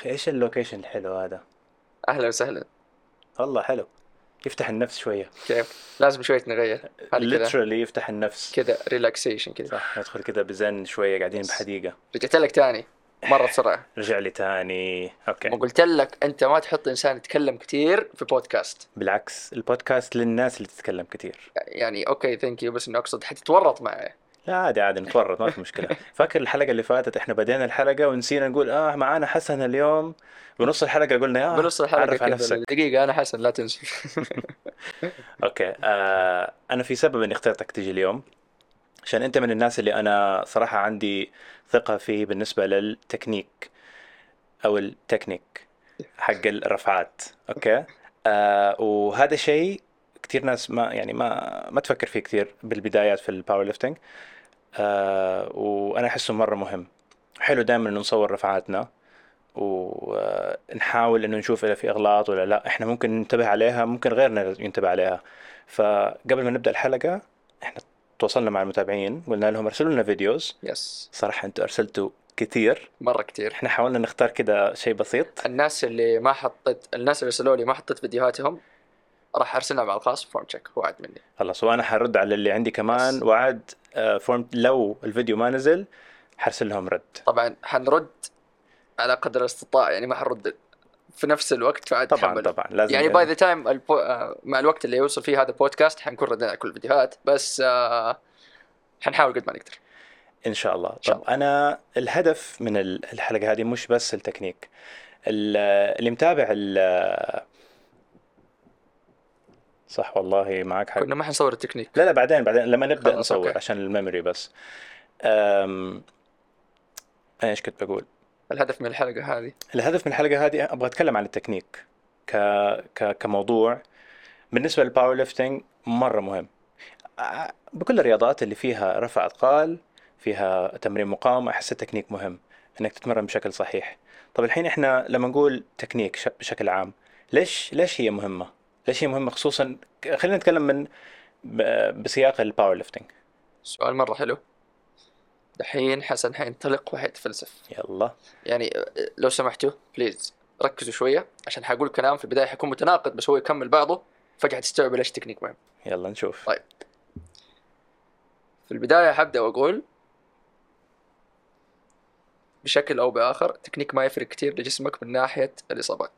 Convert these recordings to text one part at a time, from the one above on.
أخي إيش اللوكيشن الحلو هذا؟ اهلا وسهلا. والله حلو. يفتح النفس شوية. كيف لازم شوية نغير هذه كذا، literally يفتح النفس. كذا ريلاكسيشن كذا. صح، ندخل كذا بزن شوية، قاعدين يس، بحديقة. رجعت لك تاني مرة بسرعة. رجع لي تاني. أوكي. ما قلت لك انت ما تحط انسان يتكلم كثير في بودكاست؟ بالعكس، البودكاست للناس اللي تتكلم كثير. يعني اوكي ثانك يو، بس انه اقصد حتتورط معي. لا عادي عادي، نتورط ما في مشكلة. فاكر الحلقة اللي فاتت احنا بدينا الحلقة ونسينا نقول معانا حسن اليوم. بنص الحلقة قلنا بنص الحلقة عرف على كذا نفسك. دقيقة، انا حسن لا تنسى. اوكي، انا في سبب اني اخترتك تيجي اليوم، عشان انت من الناس اللي انا صراحة عندي ثقة فيه بالنسبة للتكنيك او التكنيك حق الرفعات. اوكي. وهذا شيء كثير ناس ما تفكر فيه كثير بالبدايات في الباور ليفتنج. وانا احسه مرة مهم. حلو دائما انه نصور رفعاتنا ونحاول انه نشوف اذا في اغلاط ولا لا، احنا ممكن ننتبه عليها، ممكن غيرنا ينتبه عليها. فقبل ما نبدأ الحلقة احنا تواصلنا مع المتابعين، قلنا لهم ارسلوا لنا فيديوز. يس، صراحة انتوا ارسلتوا كثير. مرة كتير. احنا حاولنا نختار كده شيء بسيط. الناس اللي ارسلوا لي ما حطيت فيديوهاتهم، راح ارسلها مع الخاص فورم تشيك، وعد مني. خلاص، وانا حرد على اللي عندي كمان يس، وعد. فورم لو الفيديو ما نزل حرسل لهم رد. طبعا حنرد على قدر الاستطاع، يعني ما حنرد في نفس الوقت، فعاد طبعا تحملوا. طبعا لازم يعني باي ذا تايم مع الوقت اللي يوصل فيه هذا البودكاست حنكون ردينا على كل الفيديوهات، بس حنحاول قد ما نقدر ان ان شاء الله. شاء طب الله. انا الهدف من الحلقة هذه مش بس التكنيك. اللي متابع صح والله معك حق. كنا ما حنصور التكنيك. لا لا، بعدين لما نبدأ خلاص نصور اوكي. عشان الميموري بس. أم... ايش كنت بقول؟ الهدف من الحلقة هذه، الهدف من الحلقة هذه ابغى اتكلم عن التكنيك ك... كموضوع بالنسبة للباور ليفتنج مرة مهم. بكل الرياضات اللي فيها رفع اثقال، فيها تمرين مقاومة، احس التكنيك مهم انك تتمرن بشكل صحيح. طب الحين احنا لما نقول تكنيك بشكل عام، ليش هي مهمة؟ ليش هي مهمة خصوصا؟ خلينا نتكلم بسياق الباور ليفتنج. سؤال مرة حلو. دحين حسن حينطلق وحيتفلسف. يلا. يعني لو سمحتوا بليز ركزوا شوية، عشان حقول كلام في البداية حيكون متناقض بس هو يكمل بعضه، فجأة تستوعب ليش التكنيك مهم. يلا نشوف. طيب، في البداية حبدأ وأقول بشكل أو بآخر التكنيك ما يفرق كتير لجسمك من ناحية الإصابات.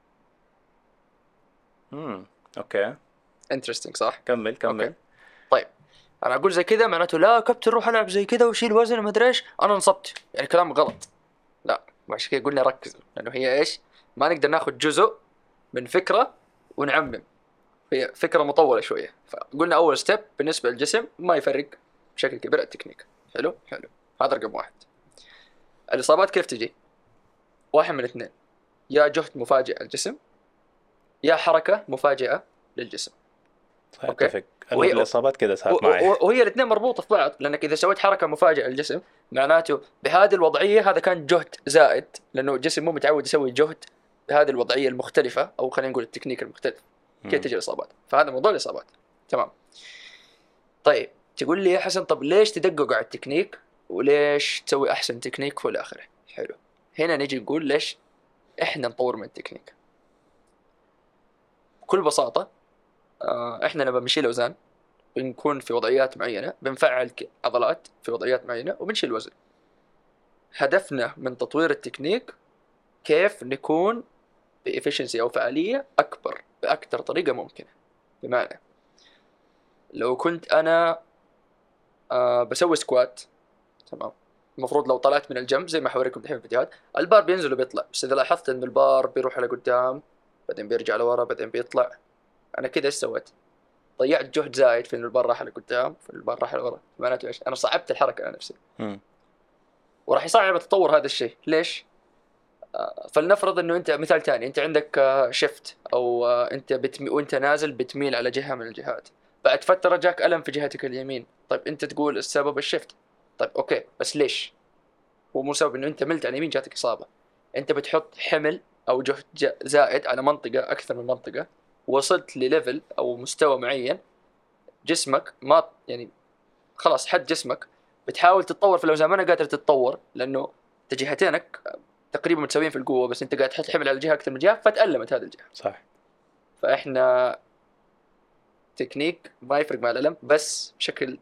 اوكي. انترستينج صح؟ كمل أوكي. كمل. طيب، أنا أقول زي كذا معناته لا كابتن روح ألعب زي كذا وشيل وزن وما أدري إيش، أنا انصبت، يعني كلام غلط. لا، عشان كذا قلنا ركزوا، لأنه هي إيش؟ ما نقدر ناخذ جزء من فكرة ونعمم، هي فكرة مطولة شوية. فقلنا أول ستيب بالنسبة للجسم ما يفرق بشكل كبير التكنيك. حلو حلو، هذا رقم واحد. الإصابات كيف تجي؟ واحد من اثنين، يا جهد مفاجئ الجسم، يا حركة مفاجئة للجسم. صحيح، أوكي. اتفق. اغلب الاصابات كذا صارت معي. وهي الاثنين مربوطة في بعض، لأنك إذا سويت حركة مفاجئة للجسم معناته بهذه الوضعية هذا كان جهد زائد، لأنه الجسم مو متعود يسوي جهد بهذه الوضعية المختلفة، أو خلينا نقول التكنيك المختلف. كيف تجي الإصابات؟ فهذا موضوع الإصابات. تمام. طيب تقول لي يا حسن طب ليش تدقق على التكنيك وليش تسوي أحسن تكنيك والى آخره؟ حلو، هنا نجي نقول ليش إحنا نطور من التكنيك. بكل بساطة إحنا لما بنشيل أوزان بنكون في وضعيات معينة، بنفعل عضلات في وضعيات معينة وبنشيل وزن. هدفنا من تطوير التكنيك كيف نكون بإفشنسي أو فعالية أكبر بأكثر طريقة ممكنة. بمعنى لو كنت أنا بسوي سكوات، تمام، المفروض لو طلعت من الجنب زي ما حوريكم دحين في الفيديوهات البار بينزل وبيطلع، بس إذا لاحظت إنه البار بيروح على قدام بعدين بيرجع لورا بعدين بيطلع، أنا كذا إيش سويت؟ ضيعت جهد زايد في إنه البار راح لقدام في البار راح لورا، معناته إيش؟ أنا صعبت الحركة على نفسي، مم. وراح يصعب التطور هذا الشيء. ليش؟ فلنفرض إنه أنت مثال تاني، أنت عندك شيفت أو أنت وأنت نازل بتميل على جهة من الجهات، بعد فترة جاك ألم في جهتك اليمين، طيب أنت تقول السبب الشيفت، طيب أوكي بس ليش؟ هو مو سبب إنه أنت ملت على اليمين جاتك إصابة، أنت بتحط حمل أو جهد زائد على منطقة أكثر من منطقة، وصلت لليفل أو مستوى معين جسمك ما يعني خلاص حد جسمك، بتحاول تتطور في الأوزان ما أنا قادر تتطور لأنه جهتينك تقريبا متساويين في القوه، بس انت قاعد تحط حمل على جهه اكثر من جهه فتألمت هذه الجهه. صح. فاحنا تكنيك ما يفرق مع الألم، بس بشكل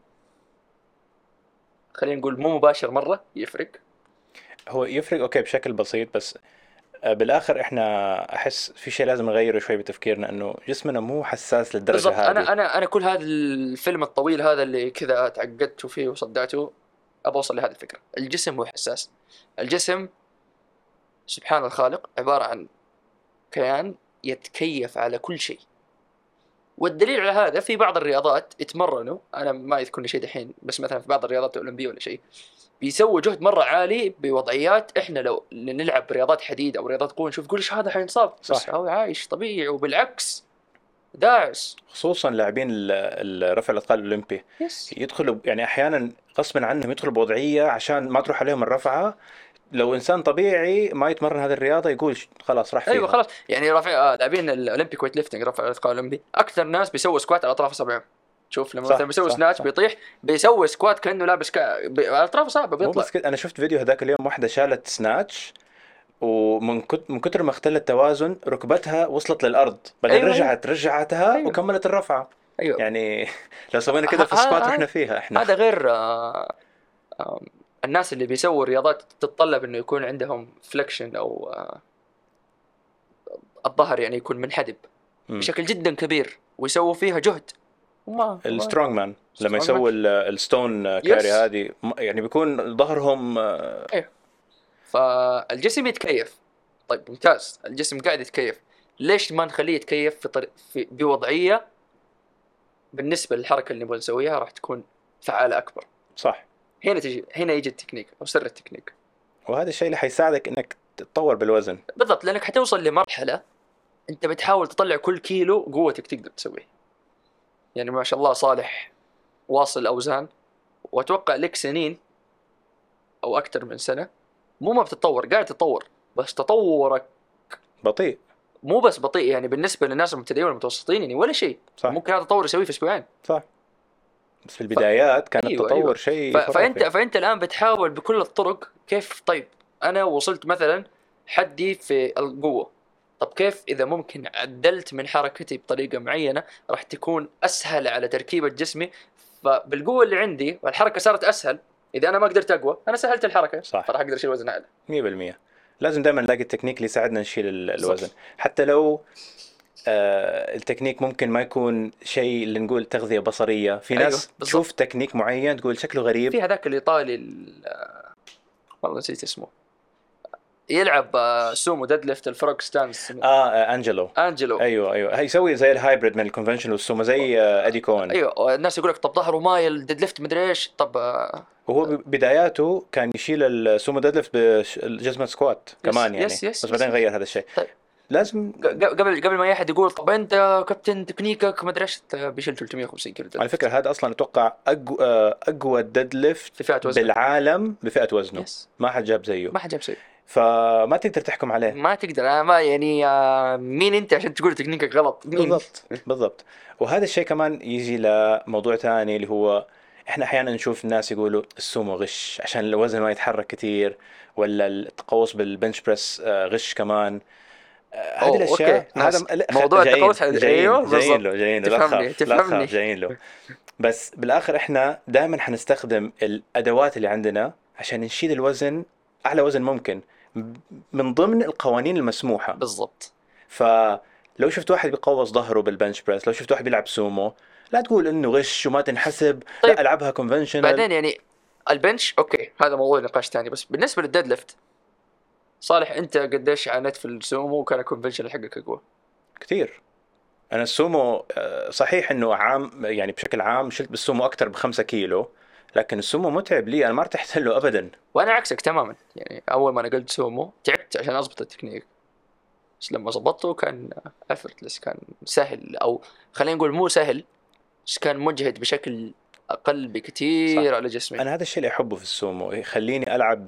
خلينا نقول مو مباشر مرة يفرق. هو يفرق اوكي بشكل بسيط، بس بالاخر احنا احس في شيء لازم نغيره شوي بتفكيرنا، انه جسمنا مو حساس للدرجه بالضبط. هذه. أنا كل هذا الفيلم الطويل هذا اللي كذا تعقدت فيه وصدعته أبى أوصل لهذه الفكرة. الجسم مو حساس. الجسم سبحان الخالق عبارة عن كيان يتكيف على كل شيء. والدليل على هذا في بعض الرياضات يتمرنوا، أنا ما يذكرني شيء دحين، بس مثلا في بعض الرياضات الأولمبية ولا شيء بيسووا جهد مرة عالي بوضعيات إحنا لو نلعب رياضات حديد أو رياضات قوة نشوف كلش هذا حينصاب، بس هو عايش طبيعي وبالعكس داعس. خصوصا لاعبين رفع الاثقال الاولمبي يدخلوا يعني احيانا غصبا عنهم يدخلوا بوضعيه عشان ما تروح عليهم الرفعه. لو انسان طبيعي ما يتمرن هذه الرياضه يقول خلاص راح فيها. ايوه خلاص. يعني رافع لاعبين الاولمبيك ويت ليفتنج رفع الاثقال الاولمبي اكثر ناس بيسووا سكوات على اطراف اصابعهم. شوف لما مثلا بيسوي سناتش بيطيح بيسوي سكوات كانه لابس على اطراف اصابعه بيطلع. انا شفت فيديو هذاك اليوم واحده شالت سناتش ومن كتر ما اختلت توازن ركبتها وصلت للارض، بعدين رجعتها وكملت الرفعه. أيوة. يعني لو سوينا كده في السكوات احنا فيها احنا. هذا غير الناس اللي بيسووا رياضات تتطلب انه يكون عندهم فليكشن او الظهر يعني يكون منحدب بشكل جدا كبير ويسووا فيها جهد. السترونج مان لما يسووا الستون كاري هذه يعني بيكون ظهرهم ايوه. فالجسم يتكيف. طيب ممتاز، الجسم قاعد يتكيف، ليش ما نخليه يتكيف بوضعية بالنسبة للحركة اللي نبغى نسويها راح تكون فعالة أكبر. صح. هنا يجي التكنيك أو سر التكنيك، وهذا الشيء اللي حيساعدك إنك تتطور بالوزن. بالضبط، لأنك حتوصل لمرحلة أنت بتحاول تطلع كل كيلو قوتك تقدر تسويه. يعني ما شاء الله صالح واصل أوزان، وأتوقع لك سنين أو أكثر من سنة ما بتتطور، قاعد تتطور، بس تطورك بطيء. مو بس بطيء يعني بالنسبة للناس المبتدئين والمتوسطين يعني ولا شيء. صح. ممكن هذا التطور يسويه في أسبوعين. صح. بس في البدايات كان التطور أيوة. شيء فأنت الآن بتحاول بكل الطرق كيف. طيب أنا وصلت مثلا حدي في القوة، طب كيف إذا ممكن عدلت من حركتي بطريقة معينة راح تكون أسهل على تركيبة جسمي، فبالقوة اللي عندي والحركة صارت أسهل. إذا أنا ما قدرت أقوى أنا سهلت الحركة، صح. فراح أقدر أشيل وزن أعلى. 100%. لازم دائما نلاقي التكنيك اللي يساعدنا نشيل الوزن. حتى لو التكنيك ممكن ما يكون شيء اللي نقول تغذية بصرية. في ناس تشوف تكنيك معين تقول شكله غريب. في هذاك الإيطالي والله نسيت اسمه، يلعب سومو ديدليفت الفروغ ستانس. أنجلو. أيوة هيسوي زي الهايبريد من الكونفنشنال والسومو زي أدي كون. أيوة. الناس يقولك طب ظهره مايل ديدليفت مدري إيش. طب وهو بداياته كان يشيل السومو ديدليفت بجزمة سكوات كمان يعني. بس بعدين غير هذا الشيء. طيب. لازم قبل ما أحد يقول طب أنت كابتن تكنيكك مدري إيش بيشيل 350 كيلو. على فكرة هذا أصلا أتوقع أقوى ديدليفت في فئة وزن بالعالم بفئة وزنه. ما حد جاب زيه. فما تقدر تحكم عليه. ما تقدر. ما يعني مين أنت عشان تقول تكنيكك غلط؟ بالضبط. وهذا الشيء كمان يجي لموضوع ثاني اللي هو إحنا أحيانا نشوف الناس يقولوا السومو غش عشان الوزن ما يتحرك كثير، ولا التقوس بالبنش بريس غش كمان. هذه الأشياء هذا موضوع التقوس. جايين له جايين له. بس بالآخر إحنا دائما حنستخدم الأدوات اللي عندنا عشان نشيل الوزن أعلى وزن ممكن من ضمن القوانين المسموحة. بالضبط. فلو شفت واحد بيقوص ظهره بالبنش بريس، لو شفت واحد بيلعب سومو، لا تقول إنه غش وما تنحسب. طيب. لا ألعبها كونفنشنال. بعدين يعني البنش أوكي هذا موضوع نقاش تاني، بس بالنسبة للديدليفت صالح أنت قديش عانيت في السومو وكان كونفنشنال حقك أقوى؟ كثير. أنا السومو صحيح إنه عام يعني بشكل عام شلت بالسومو أكتر ب5 كيلو، لكن السومو متعب لي، أنا ما ارتحت له أبدا. وأنا عكسك تماما. يعني أول ما نقلت سومو تعبت عشان أضبط التكنيك، بس لما ضبطته كان effortless، كان سهل، أو خلينا نقول مو سهل بس كان مجهد بشكل أقل بكثير على جسمي. أنا هذا الشيء اللي أحبه في السومو، يخليني ألعب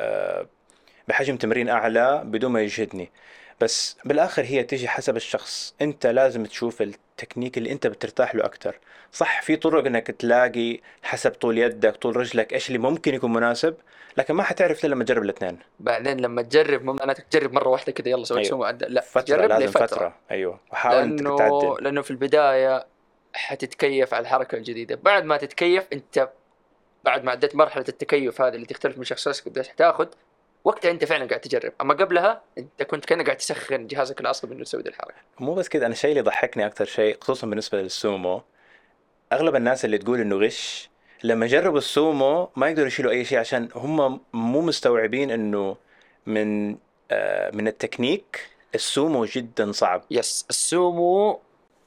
بحجم تمرين أعلى بدون ما يجهدني. بس بالآخر هي تيجي حسب الشخص. أنت لازم تشوف التكنيك اللي انت بترتاح له اكتر. صح، في طرق انك تلاقي حسب طول يدك طول رجلك ايش اللي ممكن يكون مناسب، لكن ما حتعرف الا لما تجرب الاثنين. بعدين لما تجرب مو معناته تجرب مره واحده كذا يلا سويت ايوه، سومو عدى، لا فترة، جرب لازم لفتره. فترة، ايوه، وحاول انك لانه تعدل. لانه في البدايه حتتكيف على الحركه الجديده، بعد ما تتكيف انت، بعد ما عديت مرحله التكيف هذه اللي تختلف من شخص لشخص قديش حتاخذ وقتها، انت فعلا قاعد تجرب. اما قبلها انت كنت كانك قاعد تسخن جهازك العصبي انه يسوي دي الحركه. مو بس كده، انا الشيء اللي ضحكني اكثر شيء خصوصا بالنسبة للسومو، اغلب الناس اللي تقول انه غش لما جربوا السومو ما يقدروا يشيلوا اي شيء، عشان هم مو مستوعبين انه من من التكنيك السومو جدا صعب. يس، السومو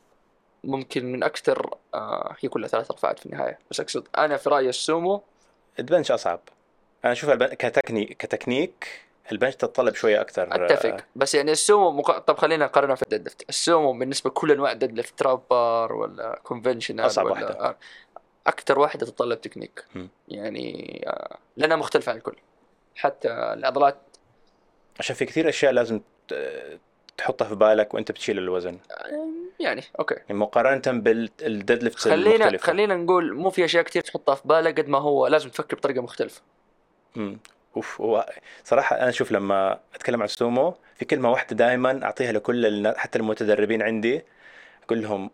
ممكن من اكثر هي كلها 3 رفعات في النهايه، بس اقصد انا في رايي السومو البنش اصعب. انا اشوف كتكنيك البنش تتطلب شويه اكثر. اتفق، بس يعني السومو طب خلينا نقارنها في الديد ليفت. السومو بالنسبه لكل انواع الديد ليفت، تراب بار ولا كونفنشنال اصعب ولا واحده. اكثر واحده تتطلب تكنيك. م. يعني لانها مختلفه عن الكل، حتى العضلات. عشان في كثير اشياء لازم تحطها في بالك وانت بتشيل الوزن، يعني اوكي، يعني مقارنه بالديد ليفتس خلينا المختلفه. خلينا نقول مو في اشياء كثير تحطها في بالك قد ما هو لازم تفكر بطريقه مختلفه. امم اوف، صراحه انا اشوف لما اتكلم عن السومو في كلمه واحده دائما اعطيها لكل الناس حتى المتدربين عندي، اقول لهم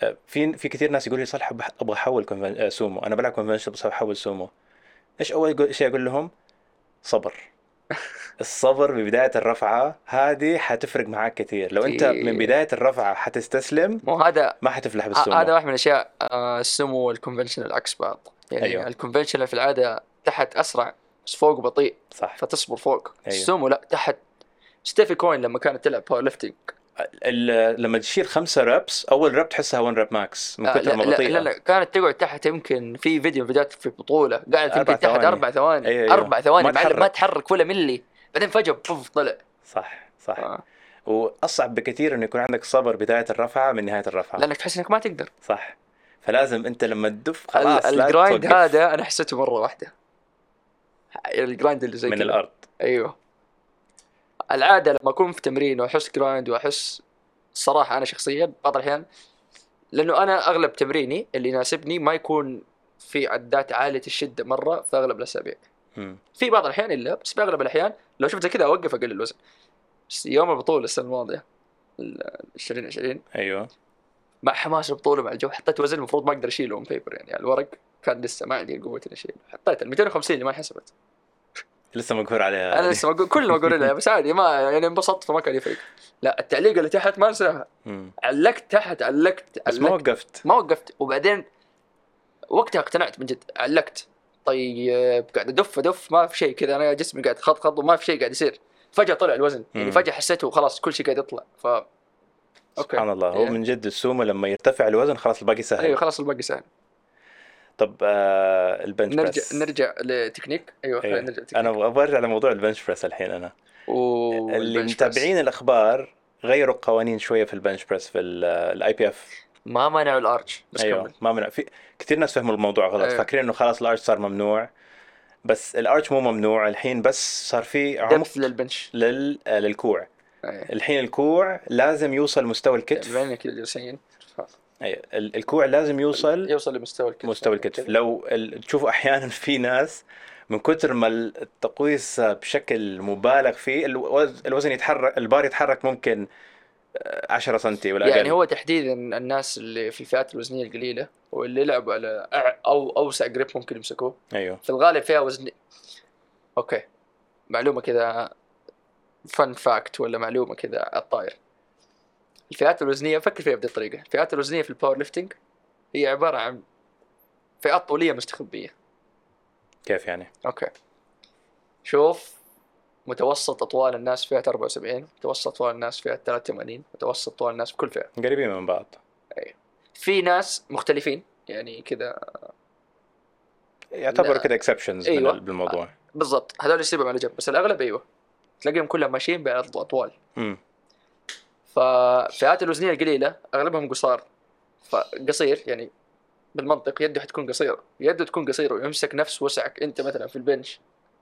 في كثير ناس يقولوا لي صالح ابغى احول سومو، انا بلعب كونفنشن بس احول سومو. ايش اول شيء اقول لهم؟ صبر. الصبر ببداية الرفعة هذه حتفرق معاك كثير. لو انت من كثير. بداية الرفعة حتستسلم مو هذا ما حتفلح بالسومو. هذا واحد من الاشياء. السومو والكونفنشنال عكس بعض. يعني ايوه الكونفنشنال في العاده تحت اسرع بس فوق بطيء، صح. فتصبر فوق. ايوه السومو لا، تحت. ستيفي كوين لما كانت تلعب باور ليفتنج، لما تشيل 5 ربس اول رب تحسها 1 رب ماكس من لا كثر ما لا لا بطيئة. لا، كانت تقعد تحت. يمكن في فيديوهات في بطولة قاعدة اربع يمكن تحت ثواني 4 ثواني. ايوه ايوه 4 ثواني ما معلم، ما تحرك. تحرك ولا ملي، بعدين فجأة بوف طلع. صح صح. آه. واصعب بكثير انه يكون عندك صبر بداية الرفعة من نهاية الرفعة. لأنك تحس إنك ما تقدر. صح. فلازم انت لما تدف خلاص لا الجرايند توقف هذا أنا حسيته مرة واحدة، الجرايند اللي زي من كذا. الارض. أيوه، العادة لما أكون في تمرين وأحس جرايند وأحس، الصراحة أنا شخصيا بعض الأحيان، لأنه أنا أغلب تمريني اللي يناسبني ما يكون في عدات عالية الشدة مرة في أغلب الأسابيع. مم. في بعض الأحيان إلا، بس في أغلب الأحيان لو شفت زي كذا أوقف أقلل الوزن. بس يوم البطولة السنة الماضية 2020 ايوه مع حماس البطولة مع الجو، حطيت وزن المفروض ما أقدر أشيله من بيبر، يعني على الورق كان لسه ما عندي القوة إني أشيله. حطيت ال 250 اللي ما حسبت. لسه مقهور عليها أنا هذه. لسه كل ما أقول لها بس عادي، ما يعني انبسطت فما كان يفرق. لا، التعليق اللي تحت ما أنساها. مم. علقت تحت، علقت بس ما وقفت. ما وقفت. وبعدين وقتها اقتنعت من جد، علقت. طيب قاعد أدف ما في شيء كذا، أنا جسمي قاعد خط وما في شيء قاعد يصير. فجأة طلع الوزن، يعني فجأة حسيته خلاص كل شيء قاعد يطلع. أوكي. سبحان الله، هو يعني من جد السومو لما يرتفع الوزن خلاص الباقي سهل. ايوه خلاص الباقي سهل. طب البنش بريس. نرجع لتكنيك. ايوه خلينا ايوه نرجع انا لتكنيك. ابغى ارجع لموضوع البنش بريس الحين. انا اللي والبنش بريس متابعين الاخبار غيروا قوانين شويه في البنش بريس في الاي بي اف. ما منعوا الارش، بس ايوه كمل. ما منع. في كثير ناس فهموا الموضوع غلط، أيوه. فاكرين انه خلاص الارش صار ممنوع، بس الارش مو ممنوع الحين، بس صار في عمق دبث للبنش. للكوع. ايوه الحين الكوع لازم يوصل مستوى الكتف. بما انك كذا جالسين ايوه الكوع لازم يوصل يوصل لمستوى الكتف. مستوى الكتف. لو تشوفوا احيانا في ناس من كتر ما التقويس بشكل مبالغ فيه الوزن يتحرك، البار يتحرك ممكن 10 سنتي ولا يعني اقل. هو تحديدا الناس اللي في الفئات الوزنيه القليله واللي يلعبوا على او اوسع جريب ممكن يمسكوه، ايوه في الغالب فيها وزن. اوكي، معلومه كذا، فن فاكت ولا معلومه كذا على الطاير. الفئات الوزنيه فكر فيها بهذه الطريقه. الفئات الوزنيه في الباور ليفتنج هي عباره عن فئات طوليه مستخبيه. كيف يعني؟ اوكي، شوف، متوسط اطوال الناس فئه 74، متوسط اطوال الناس فئه 83، متوسط اطوال الناس في كل فئه. قريبين من بعض. أي. في ناس مختلفين يعني كذا، يعتبر كده اكسبشنز ايوه بالموضوع. بالضبط، هذول يسيبهم على جنب، بس الاغلب ايوه تلاقيهم كلهم ماشيين باطوال. امم ففئات الوزنيه القليله اغلبهم قصار، فقصير يعني بالمنطق يده حتكون قصيره، يده تكون قصيره ويمسك نفس وسعك انت مثلا في البنش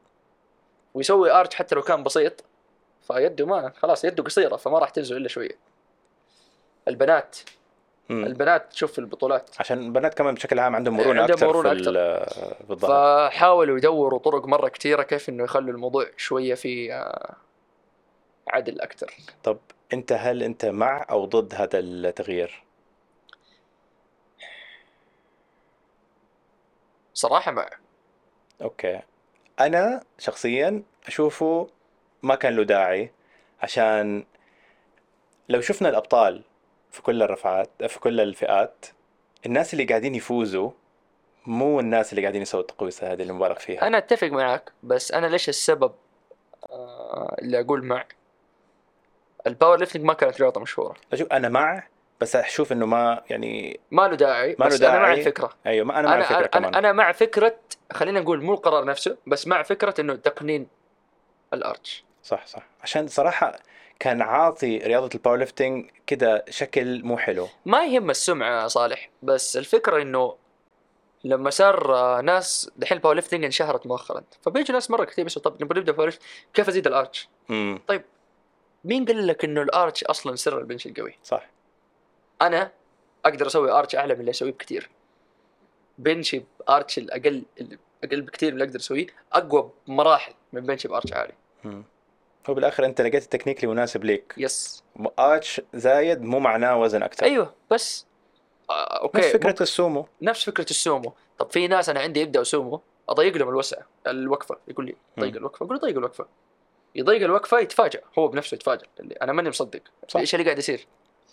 ويسوي ارش حتى لو كان بسيط، فيده ما خلاص يده قصيره فما راح تنزل الا شويه. البنات البنات تشوف في البطولات عشان البنات كمان بشكل عام عندهم مرونة عندهم أكثر مرونة في الظهر. فحاولوا يدوروا طرق مرة كتيرة كيف إنه يخلوا الموضوع شوية في عدل أكتر. طب هل أنت مع أو ضد هذا التغيير؟ صراحة مع. أوكي، أنا شخصيا أشوفه ما كان له داعي، عشان لو شفنا الأبطال في كل الرفعات في كل الفئات، الناس اللي قاعدين يفوزوا مو الناس اللي قاعدين يسووا التقويسة هذه اللي مبالغ فيها. أنا أتفق معك، بس أنا ليش السبب اللي أقول مع الباور ليفتنج ما كانت رياضة مشهورة. أشوف أنا مع، بس أشوف إنه ما يعني ما له داعي، ما له بس أنا مع داعي. الفكرة. أيوة، ما أنا مع الفكرة كمان. أنا مع فكرة، خلينا نقول مو القرار نفسه، بس مع فكرة إنه تقنين الأرش. صح عشان صراحة كان عاطي رياضة الباور ليفتنج كده شكل مو حلو. ما يهم السمعة صالح، بس الفكرة إنه لما صار ناس دحين الباور ليفتنج انشهرت مؤخرا، فبيجوا ناس مرة كثير بس طب نبغى نبدأ باور ليفتنج، كيف أزيد الأرش؟ طيب مين قال لك إنه الأرش أصلا سر البنش القوي؟ صح. أنا أقدر أسوي أرش أعلى من اللي أسويه بكتير. بنش بأرش الأقل بكتير من اللي أقدر أسويه أقوى بمراحل من بنش بأرش عالي. هو بالآخر أنت لقيت التكنيك اللي مناسب ليك. يس. آرش زايد مو معناه وزن أكتر. أيوه بس أوكي، نفس فكرة السومو. نفس فكرة السومو. طب في ناس أنا عندي يبدأوا سومو أضيق لهم الوقفة، يقول لي ضيق الوقفة، أقول ضيق الوقفة، يضيق الوقفة يتفاجأ هو بنفسه، يتفاجأ اللي أنا ماني مصدق إيش اللي قاعد يصير.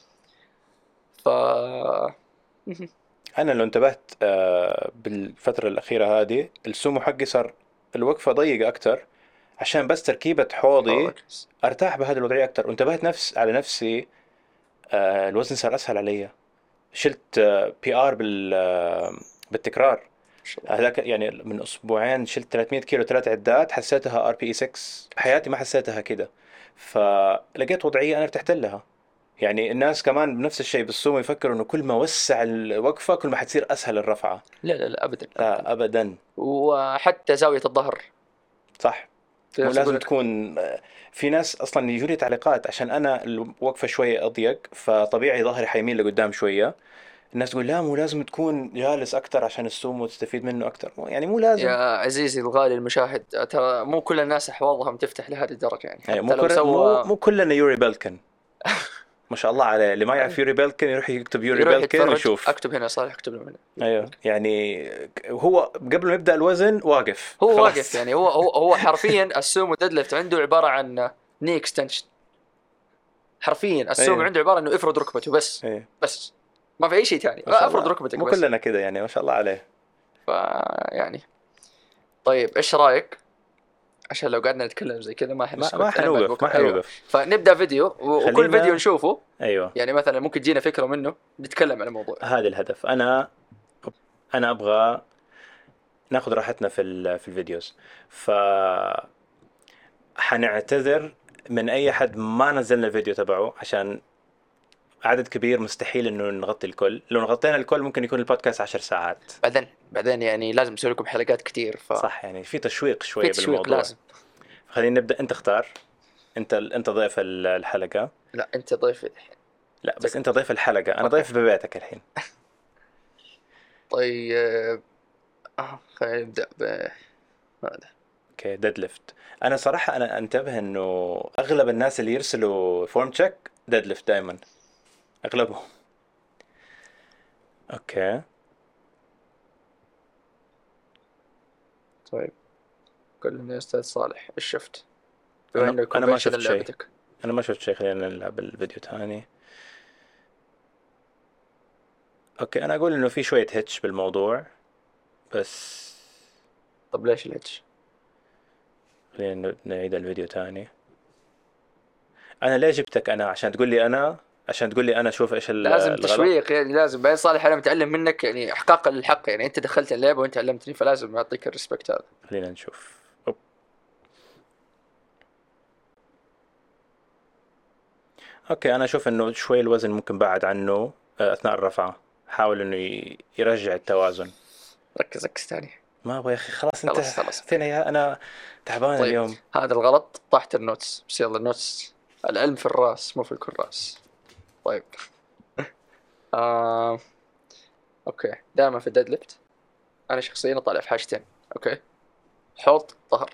أنا لو انتبهت بالفترة الأخيرة هذه السومو حقي صار الوقفة ضيقة أكتر، عشان بس تركيبة حوضي أرتاح بهذه الوضعية أكتر، وانتبهت على نفسي. الوزن صار أسهل علي، شلت بي آر بالتكرار. هذاك يعني من أسبوعين شلت 300 كيلو 3 عدات، حسيتها ار بي اي 6 بحياتي ما حسيتها كده. فلقيت وضعية أنا ارتحت لها. يعني الناس كمان بنفس الشيء بالسومو يفكروا انه كل ما وسع الوقفة كل ما حتصير اسهل الرفعة. لا ابدا. لا ابدا. وحتى زاوية الظهر صح، مو لازم تكون. في ناس اصلا يجوا لي تعليقات عشان انا الوقفة شوية اضيق فطبيعي ظهري حيميل لقدام شوية، الناس تقول لا مو لازم تكون جالس اكتر عشان السومو تستفيد منه اكتر. يعني مو لازم. يا عزيزي الغالي المشاهد، ترى مو كل الناس احواضهم تفتح لهذه الدرجة يعني. حتى مو لو سوى مو كلنا يوري بلكن. ما شاء الله عليه، اللي ما يعرف يوري بلكن يروح يكتب يوري بلكن ويشوف. اكتب هنا صالح، اكتب له هنا. ايوه يعني هو قبل ما يبدا الوزن واقف، هو خلاص. واقف يعني هو حرفيا السومو ديدليفت عنده عباره عن ني اكستنشن. حرفيا السومو أيوه. عنده عباره انه افرد ركبته بس. أيوه. بس ما في اي شيء ثاني، افرد ركبتك مو بس. كلنا كذا يعني، ما شاء الله عليه. يعني طيب ايش رايك؟ عشان لو قعدنا نتكلم زي كذا ما حنسكت، ما حنوقف. أيوة. فنبدا فيديو وكل فيديو نشوفه. ايوه يعني مثلا ممكن تجينا فكره منه نتكلم عن الموضوع. هذا الهدف. انا ابغى ناخذ راحتنا في الفيديوز، حنعتذر من اي حد ما نزلنا الفيديو تبعه، عشان عدد كبير مستحيل انه نغطي الكل. لو نغطينا الكل ممكن يكون البودكاست 10 ساعات. بعدين يعني لازم نسوي لكم حلقات كتير صح، يعني في تشويق شويه في تشويق بالموضوع. لازم. خلينا نبدا. انت اختار. انت ضيف الحلقه. لا انت ضيف الحين. لا بس انت ضيف الحلقه، انا ضيف ببيتك الحين. طيب خلينا نبدا هذا. اوكي، ديد ليفت. انا صراحه انا انتبه انه اغلب الناس اللي يرسلوا فورم تشيك ديد ليفت دائما، اغلبهم. اوكي طيب قل لي يا استاذ صالح ايش شفت؟ انا ما شفت شيء. انا ما شفت شيء. خلينا نلعب الفيديو ثاني. اوكي، انا اقول انه في شويه هيتش بالموضوع بس. طب ليش الهيتش؟ خلينا نعيد الفيديو ثاني. انا ليه جبتك انا؟ عشان تقول لي انا شوف ايش لازم الغلط. تشويق يعني، لازم. بعدين صالح انا متعلم منك يعني احقاق الحق، يعني انت دخلت اللعبه وانت علمتني، فلازم اعطيك الريسبكت هذا. خلينا نشوف. اوكي، انا اشوف انه شوي الوزن ممكن بعد عنه اثناء الرفعه. حاول انه يرجع التوازن. ركز ثاني. ما ابغى يا اخي، خلاص انت خلاص. انا تعبان. طيب. اليوم هذا الغلط طاحت النوتس، بس يلا النوتس، العلم في الراس مو في الكراس. طيب آه... اوكي، دائما في الديد ليفت انا شخصيا اطالع في حاجتين. اوكي، حوض، ظهر.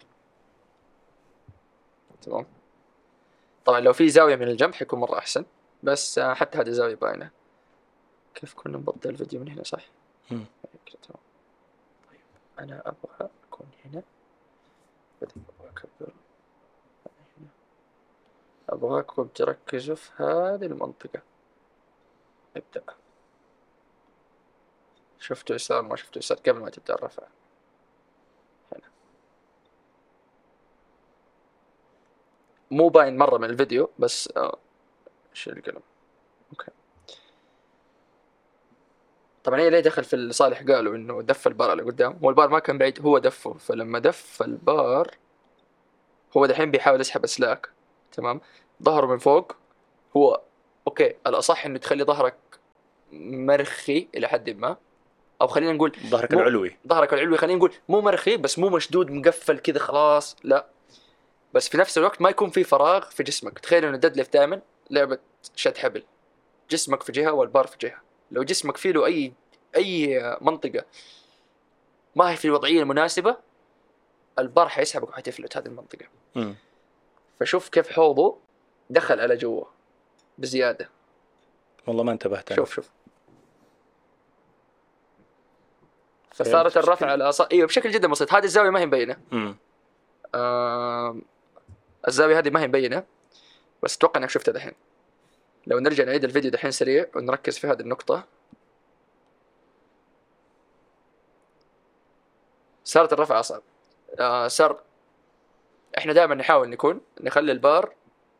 تمام. طبعا لو في زاويه من الجنب حيكون مره احسن، بس حتى هذه زاويه باينه. كيف كنا نبطل الفيديو من هنا صح؟ مم. تمام. طيب انا ابغى اكون هنا، ابغى اكبر هنا، ابغاكم تركزوا في هذه المنطقه. ابدا. شفتوا يسار ما شفتوا يسار قبل ما تبدا الرفع. هنا مو باين مره من الفيديو بس شيل القلم. اوكي. طبعا هي ليه دخل في اللي صالح قالوا انه دف البار اللي قدام، هو البار ما كان بعيد، هو دفه، فلما دف البار هو دحين بيحاول يسحب اسلاك. تمام. ظهره من فوق. هو اوكي، الاصح انه تخلي ظهرك مرخي الى حد ما، او خلينا نقول ظهرك مو العلوي. ظهرك العلوي، خلينا نقول مو مرخي بس مو مشدود مقفل كذا خلاص، لا. بس في نفس الوقت ما يكون في فراغ في جسمك. تخيل انه ديد ليفت دائما لعبه شد حبل، جسمك في جهه والبار في جهه. لو جسمك فيه له اي منطقه ما هي في الوضعيه المناسبه، البار حيسحبك وحتفلت هذه المنطقه. مم. فشوف كيف حوضه دخل على جوا بزياده. والله ما انتبهت أنا. شوف فصارت الرفع على ايوه بشكل جدا بسيط. هذه الزاويه ما هي مبينه. الزاويه هذه ما هي مبينه، بس اتوقع انك شفتها دحين. لو نرجع نعيد الفيديو دحين سريع ونركز في هذه النقطه، صارت الرفع اصعب. صار احنا دائما نحاول نخلي البار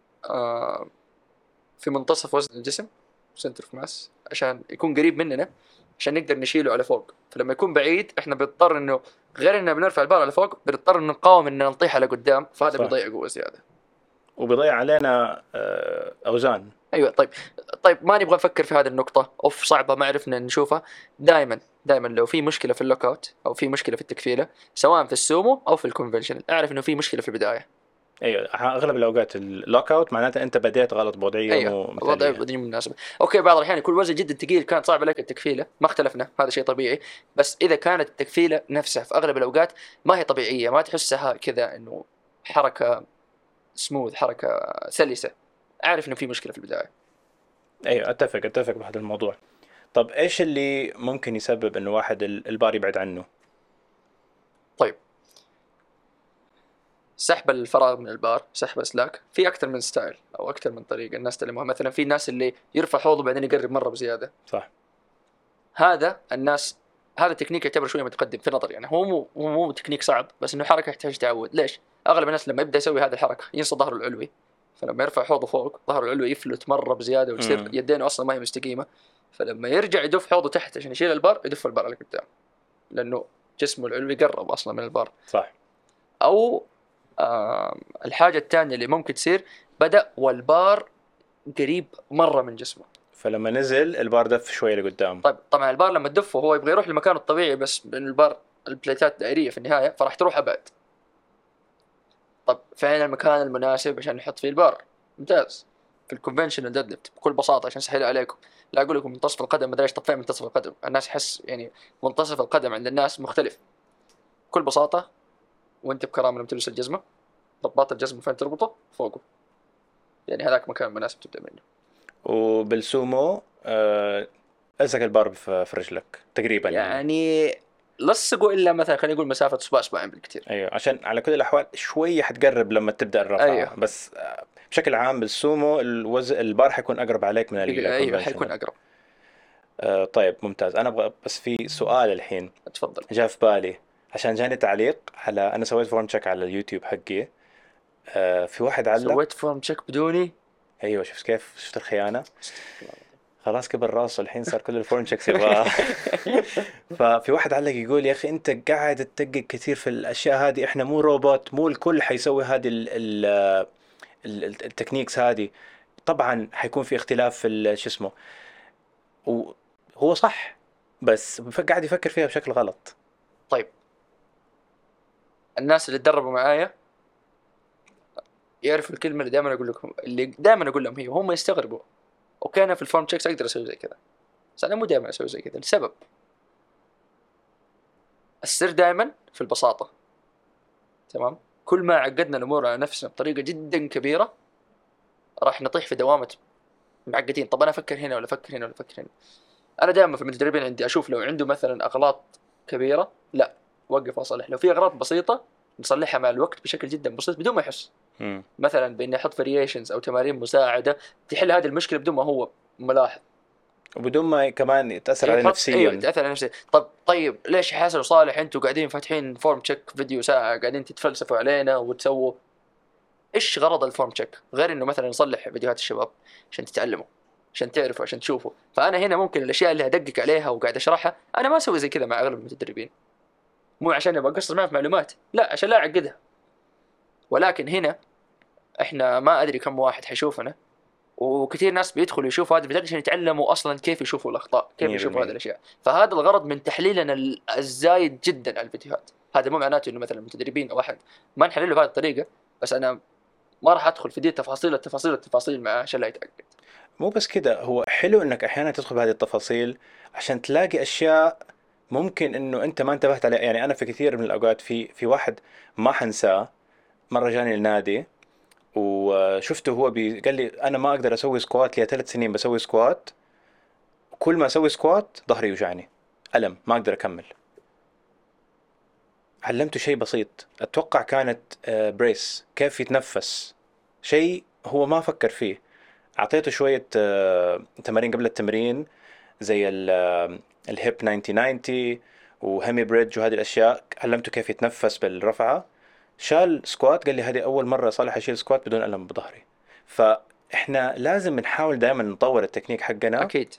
في منتصف وزن الجسم، سنتر اوف ماس، عشان يكون قريب مننا عشان نقدر نشيله على فوق. فلما يكون بعيد احنا بنضطر انه غير اننا بنرفع البار على فوق، بنضطر انه نقاوم اننا نطيح على قدام، فهذا صح. بيضيع قوه زياده وبيضيع علينا اوزان. ايوه. طيب ما نبغى نفكر في هذه النقطه، اوف صعبه ما عرفنا نشوفها. دائما لو في مشكله في اللوك اوت او في مشكله في التكفيله، سواء في السومو او في الكونفنشنال، اعرف انه في مشكله في البدايه. ايوه، اغلب الاوقات اللوك اوت معناته انت بديت غلط بوضعيه ايوه مو الوضع مثاليه. بدي مناسبه. اوكي بعض الاحيان يكون وزن جدا ثقيل كانت صعب عليك التكفيله، ما اختلفنا، هذا شيء طبيعي. بس اذا كانت التكفيله نفسها في اغلب الاوقات ما هي طبيعيه، ما تحسها كذا انه حركه سموث، حركه سلسه، اعرف انه في مشكله في البدايه. ايوه، اتفق بهذا الموضوع. طب ايش اللي ممكن يسبب انه واحد البار يبعد عنه؟ طيب سحب الفراغ من البار، سحب اسلاك، في اكثر من ستايل او اكثر من طريقه الناس تعلموها. مثلا في ناس اللي يرفع حوضه بعدين يقرب مره بزياده. صح. هذا الناس، هذا تكنيك يعتبر شويه متقدم في نظري. يعني هو مو تكنيك صعب، بس انه حركه يحتاج تعود. ليش؟ اغلب الناس لما يبدا يسوي هذه الحركه ينسى ظهره العلوي، فلما يرفع حوضه فوق ظهره العلوي يفلت مره بزياده ويصير يدينه اصلا ما هي مستقيمه. فلما يرجع يدف حوضه تحت عشان يشيل البار، يدف البار على قدام، لانه جسمه العلوي قرب اصلا من البار. صح. او الحاجه الثانيه اللي ممكن تصير، بدا والبار قريب مره من جسمه، فلما نزل البار دف شويه لقدام. طيب طبعا البار لما تدفه هو يبغى يروح لمكانه الطبيعي، بس لأن البار البليتات دائريه في النهايه فراح تروح ابعد. طب فين المكان المناسب عشان نحط فيه البار؟ ممتاز، في الكونفنشنال ديد ليفت بكل بساطه عشان اسهل عليكم. لا اقول لكم منتصف القدم، ما ادري ايش. طب فين منتصف القدم؟ الناس يحس يعني منتصف القدم عند الناس مختلف. بكل بساطه وانت بكرامه لما تلبس الجزمه، رباط الجزمه فين تربطه؟ فوقه. يعني هذاك مكان مناسب تبدا منه. وبالسومو الزق البار في رجلك تقريبا يعني لصقوا الا مثلا خلينا نقول مسافه اصبعين بالكثير. ايوه، عشان على كل الاحوال شويه حتقرب لما تبدا الرفعه. أيوه. بس بشكل عام بالسومو البار حيكون اقرب عليك من ايوه الكونفنشنال. حيكون اقرب. طيب ممتاز. انا ابغى بس في سؤال الحين تفضل. جاء في بالي، عشان جاني تعليق على، انا سويت فورم تشيك على اليوتيوب حقي. في واحد علق. سويت فورم تشيك بدوني؟ ايوه، شفت كيف؟ شفت الخيانه؟ خلاص كبر راسه الحين، صار كل الفورم تشيكس يبغاه. ففي واحد علق يقول يا اخي انت قاعد تدقق كثير في الاشياء هذه، احنا مو روبوت، مو الكل حيسوي هذه التكنيكس هذه. طبعا حيكون في اختلاف في شو اسمه، وهو صح، بس قاعد يفكر فيها بشكل غلط. طيب الناس اللي تدربوا معايا يعرفوا الكلمه اللي دائما اقول لهم هي، وهم يستغربوا. اوكي انا في الفورم تشيكس اقدر اسوي زي كذا، بس انا مو دائما اسوي زي كذا لسبب. السر دائما في البساطه. تمام. كل ما عقدنا الامور على نفسنا بطريقه جدا كبيره راح نطيح في دوامه معقدين. طب انا افكر هنا ولا افكر هنا ولا افكر هنا. انا دائما في المتدربين عندي اشوف لو عنده مثلا اغلاط كبيره لا وقف واصلح. لو في اغلاط بسيطه نصلحها مع الوقت بشكل جدا بسيط بدون ما يحس. مثلا باني احط فاريشنز او تمارين مساعده تحل هذه المشكله بدون ما هو ملاحظ وبدون ما كمان يتاثر عليه ايوه نفسيا. تاثر على نفسه. طيب ليش حسن وصالح انتوا قاعدين فاتحين فورم تشيك فيديو ساعه قاعدين تتفلسفوا علينا وتسووا ايش غرض الفورم تشيك غير انه مثلا نصلح فيديوهات الشباب عشان تتعلموا عشان تعرفوا عشان تشوفوا. فانا هنا ممكن الاشياء اللي هدقق عليها وقاعد اشرحها انا ما اسوي زي كذا مع اغلب المتدربين. مو عشان ابغى اقصر معه في معلومات لا عشان لا اعقدها. ولكن هنا احنا ما ادري كم واحد حيشوفنا وكثير ناس بيدخلوا يشوفوا هذه الفيديوهات عشان يتعلموا اصلا كيف يشوفوا الاخطاء كيف يشوفوا هذه الاشياء. فهذا الغرض من تحليلنا الزايد جدا على الفيديوهات. هذا مو معناته انه مثلا المتدربين او احد ما نحلله بهذه الطريقه. بس انا ما راح ادخل في دي التفاصيل معاه عشان لا يتعقد. مو بس كده، هو حلو انك احيانا تدخل بهذه التفاصيل عشان تلاقي اشياء ممكن انه انت ما انتبهت عليها. يعني انا في كثير من الاوقات في واحد ما حنساه، مره جاني النادي وشفته هو قال لي انا ما اقدر اسوي سكوات، لي 3 سنين بسوي سكوات، كل ما اسوي سكوات ظهري يوجعني الم ما اقدر اكمل. علمته شيء بسيط، اتوقع كانت بريس كيف يتنفس، شيء هو ما فكر فيه. اعطيته شويه تمارين قبل التمرين زي الهيب 90 وهيمي بريدج وهذه الاشياء. علمته كيف يتنفس بالرفعه، شال سكوات قال لي هذه اول مره صالح اشيل سكوات بدون الم بظهري. فاحنا لازم نحاول دائما نطور التكنيك حقنا، اكيد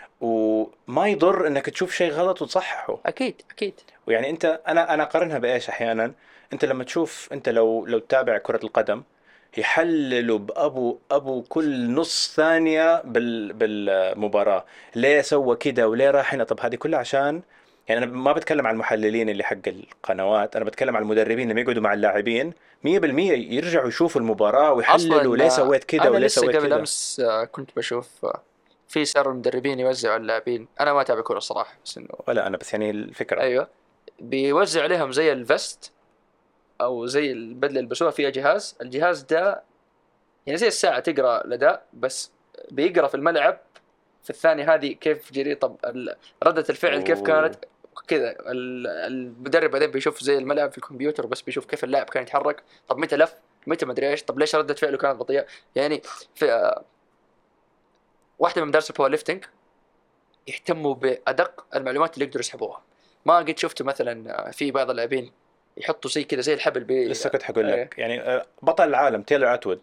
وما يضر انك تشوف شيء غلط وتصححه. اكيد ويعني انت انا اقارنها بايش احيانا. انت لما تشوف، انت لو تتابع كرة القدم يحللوا ابو كل نص ثانية بالمباراة، ليه سوى كده وليه راح هنا. طب هذه كلها عشان، يعني انا ما بتكلم عن المحللين اللي حق القنوات، انا بتكلم عن المدربين لما يقعدوا مع اللاعبين 100% يرجعوا يشوفوا المباراة ويحللوا اصلا. ليه سويت كده انا وليه لسه سويت قبل كده. امس كنت بشوف في سر المدربين يوزعوا على اللاعبين. انا ما اتابع كوره الصراحه بس انه ولا انا بس يعني الفكرة. ايوه بيوزع عليهم زي الفست او زي البدله اللي يلبسوها فيها جهاز. الجهاز ده يعني زي الساعه تقرا الاداء بس بيقرا في الملعب في الثانيه هذه كيف جري. طب رده الفعل كيف كانت أوه. كذا. المدرب بعدين بيشوف زي الملعب في الكمبيوتر بس بيشوف كيف اللاعب كان يتحرك. طب متى لف متى ما ادري ايش. طب ليش رده فعله كانت بطيئه. يعني في واحده من مدارس الباور ليفتنج يهتموا بادق المعلومات اللي يقدروا يسحبوها. ما قد شفت مثلا في بعض اللاعبين يحطوا زي كذا زي الحبل لسه كنت حقول لك يعني بطل العالم تايلر اتوود،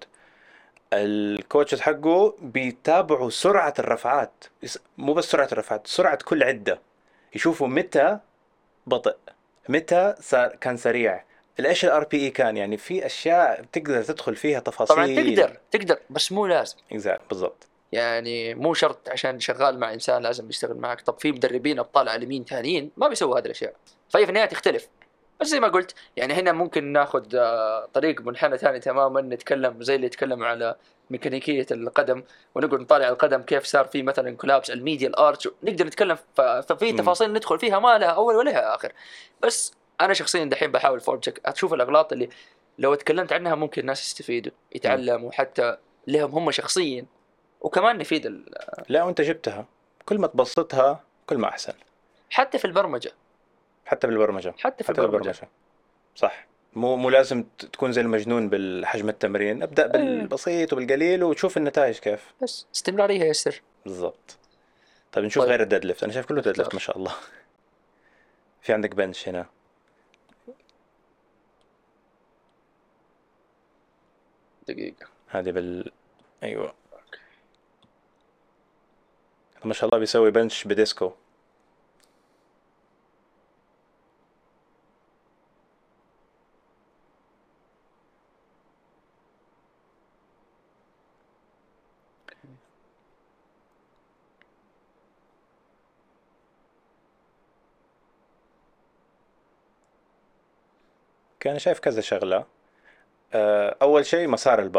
الكوتشز حقه بيتابعوا سرعة الرفعات، مو بس سرعة الرفعات، سرعة كل عدة، يشوفوا متى بطئ متى كان سريع، ايش الار بي اي كان. يعني في اشياء تقدر تدخل فيها طبعا تفاصيل. تقدر بس مو لازم. بالضبط. يعني مو شرط عشان شغال مع انسان لازم يشتغل معك. طب في مدربين ابطال عالميين ثانيين ما بيسووا هذه الاشياء. فهي في النهايه تختلف. بس زي ما قلت يعني هنا ممكن ناخذ طريق منحنى ثاني تماما. نتكلم زي اللي يتكلم على ميكانيكيه القدم ونقعد نطالع القدم كيف صار في مثلا كولابس الميديال ارش. نقدر نتكلم ففي تفاصيل ندخل فيها ما لها اول ولا لها اخر. بس انا شخصيا دحين بحاول فورم تشيك اشوف الاغلاط اللي لو اتكلمت عنها ممكن الناس يستفيدوا يتعلموا حتى لهم هم شخصيا وكمان نفيد لا وانت جبتها، كل ما تبسطها كل ما احسن. حتى في البرمجة. حتى بالبرمجة. حتى في البرمجة. صح. مو لازم تكون زي المجنون بالحجم التمرين، ابدأ بالبسيط وبالقليل وتشوف النتائج كيف. بس استمرارية هي السر. بالضبط. طيب نشوف طيب. غير الديد ليفت. انا شايف كله ديد ليفت اختار. ما شاء الله. في عندك بنش هنا. دقيقة. هذه ايوه ما شاء الله بيسوي بنش بديسكو. كان شايف كذا شغلة. أول شيء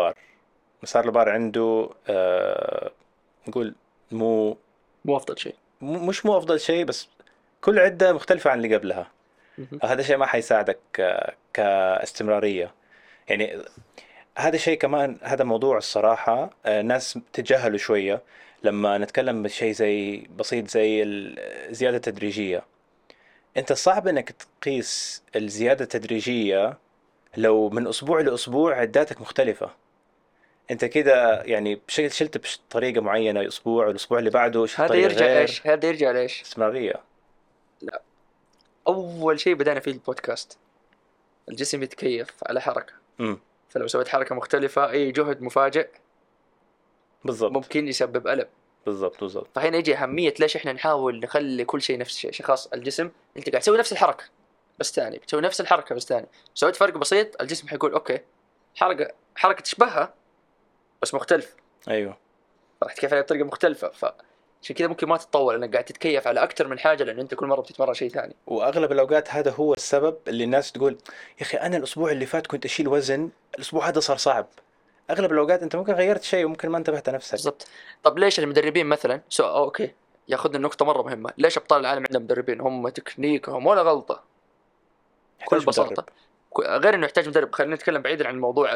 مسار البار عنده نقول مو مو أفضل شيء. مو افضل شيء، بس كل عده مختلفه عن اللي قبلها. مهم. هذا شيء ما حيساعدك كاستمراريه يعني. هذا شيء كمان، هذا موضوع الصراحه ناس تجاهلوا شويه لما نتكلم بشيء زي بسيط زي الزياده التدريجيه. انت صعب انك تقيس الزياده التدريجيه لو من اسبوع لاسبوع عداتك مختلفه. انت كده يعني بشكل شلت بطريقه معينه اسبوع، والاسبوع اللي بعده شلت هذا طريقه يرجع غير. ايش؟ هذا يرجع ليش؟ استمراريه. لا، اول شيء بدأنا فيه البودكاست، الجسم يتكيف على حركة. امم. فلو سويت حركة مختلفة اي جهد مفاجئ بالضبط. ممكن يسبب ألم. بالضبط. فهنا يجي أهمية ليش إحنا نحاول نخلي كل شيء نفس الشيء. خلاص الجسم أنت قاعد تسوي نفس الحركة بس ثاني، بتسوي نفس الحركة بس ثاني، سويت فرق بسيط الجسم حيقول أوكي حركة تشبهها بس مختلف، ايوه. راح تتكيف عليها بطريقة مختلفة. فعشان كذا ممكن ما تتطور لأنك قاعد تتكيف على أكثر من حاجة، لأن أنت كل مرة بتتمرن شيء ثاني. واغلب الاوقات هذا هو السبب اللي الناس تقول يا اخي انا الاسبوع اللي فات كنت اشيل وزن، الاسبوع هذا صار صعب. اغلب الاوقات انت ممكن غيرت شيء وممكن ما انتبهت نفسك. بالضبط. طب ليش المدربين مثلا أوكي ياخذنا النقطة مرة مهمة، ليش أبطال العالم عندهم مدربين هم تكنيكهم ولا غلطة؟ بكل يحتاج مدرب. بساطة غير إنه يحتاج مدرب، خلينا نتكلم بعيدا عن الموضوع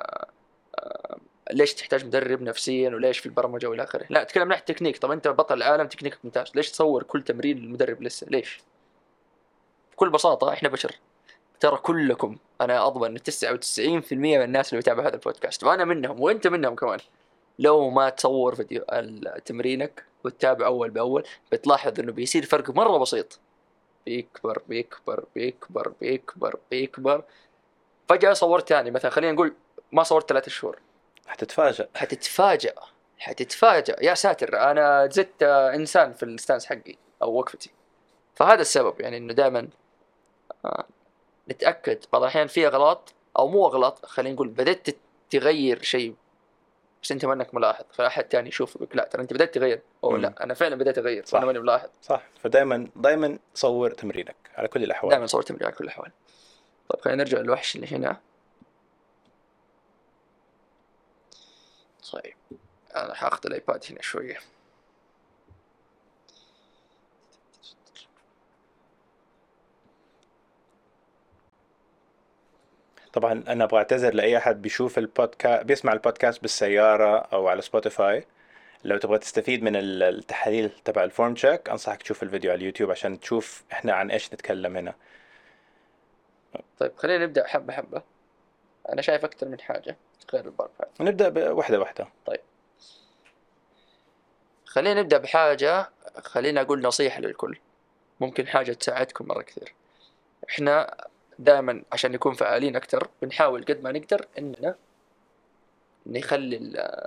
ليش تحتاج مدرب نفسيا وليش في البرمجه والى اخره. لا، اتكلم من ناحيه تكنيك. طب انت بطل العالم تكنيكك ممتاز، ليش تصور كل تمرين للمدرب لسه؟ ليش؟ بكل بساطه احنا بشر. ترى كلكم، انا اضمن ان 99% من الناس اللي يتابعوا هذا البودكاست وانا منهم وانت منهم كمان، لو ما تصور فيديو تمرينك وتتابع اول باول بتلاحظ انه بيصير فرق مره بسيط، بيكبر بيكبر بيكبر بيكبر بيكبر. فجاه صورت ثاني مثلا، خلينا نقول ما صورت 3 شهور، حتتفاجأ. حتتفاجأ يا ساتر أنا زدت إنسان في الستانس حقي أو وقفتي. فهذا السبب يعني إنه دائما نتأكد. بعض الأحيان فيها غلط أو مو غلط، خلينا نقول بدأت تغير شيء بس أنت ما أنك ملاحظ، فأحد تاني يشوف يقول لا ترى أنت بدأت تغير، أو امم. لا أنا فعلا بدأت أغير وأنا صح. ماني ملاحظ. صح، فدائما دائما صور تمرينك على كل الاحوال. دائما صور تمرين على كل الأحوال. طيب خلينا نرجع للوحش اللي هنا. طيب أنا حاخذ الآيباد هنا شوية. طبعا انا ابغى اعتذر لاي احد بيشوف البودكاست، بيسمع البودكاست بالسياره او على سبوتيفاي. لو تبغى تستفيد من التحاليل تبع الفورم تشيك انصحك تشوف الفيديو على اليوتيوب عشان تشوف احنا عن ايش نتكلم هنا. طيب خلينا نبدأ حبة حبة. أنا شايف أكثر من حاجة غير البار هذا. ونبدا بواحده واحده. طيب خلينا نبدأ بحاجة، خلينا أقول نصيحة للكل، ممكن حاجة تساعدكم مرة كثير. إحنا دائما عشان نكون فعالين أكثر بنحاول قد ما نقدر إننا نخلي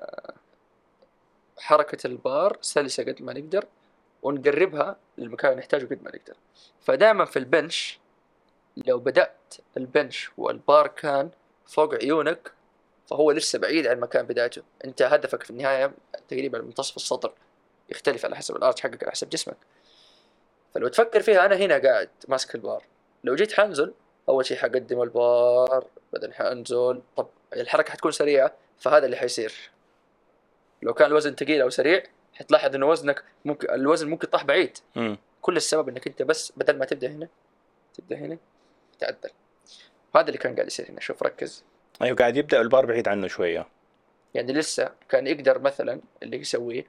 حركة البار سلسة قد ما نقدر ونقربها للمكان اللي نحتاجه قد ما نقدر. فدائما في البنش لو بدأت البنش والبار كان فوق عيونك فهو لسه بعيد عن مكان بدايته. أنت هدفك في النهاية تقريبا منتصف السطر، يختلف على حسب الارش حقك على حسب جسمك. فلو تفكر فيها انا هنا قاعد ماسك البار، لو جيت حنزل اول شيء حقدم البار بعدين حانزل. طب الحركه حتكون سريعه فهذا اللي حيصير. لو كان الوزن ثقيل او سريع حتلاحظ انه وزنك ممكن الوزن ممكن طاح بعيد. كل السبب انك انت بس بدل ما تبدا هنا تبدا هنا تعدل. هذا اللي كان قاعد يصير هنا. شوف ركز. ايوه قاعد يبدا البار بعيد عنه شويه. يعني لسه كان يقدر مثلا اللي يسويه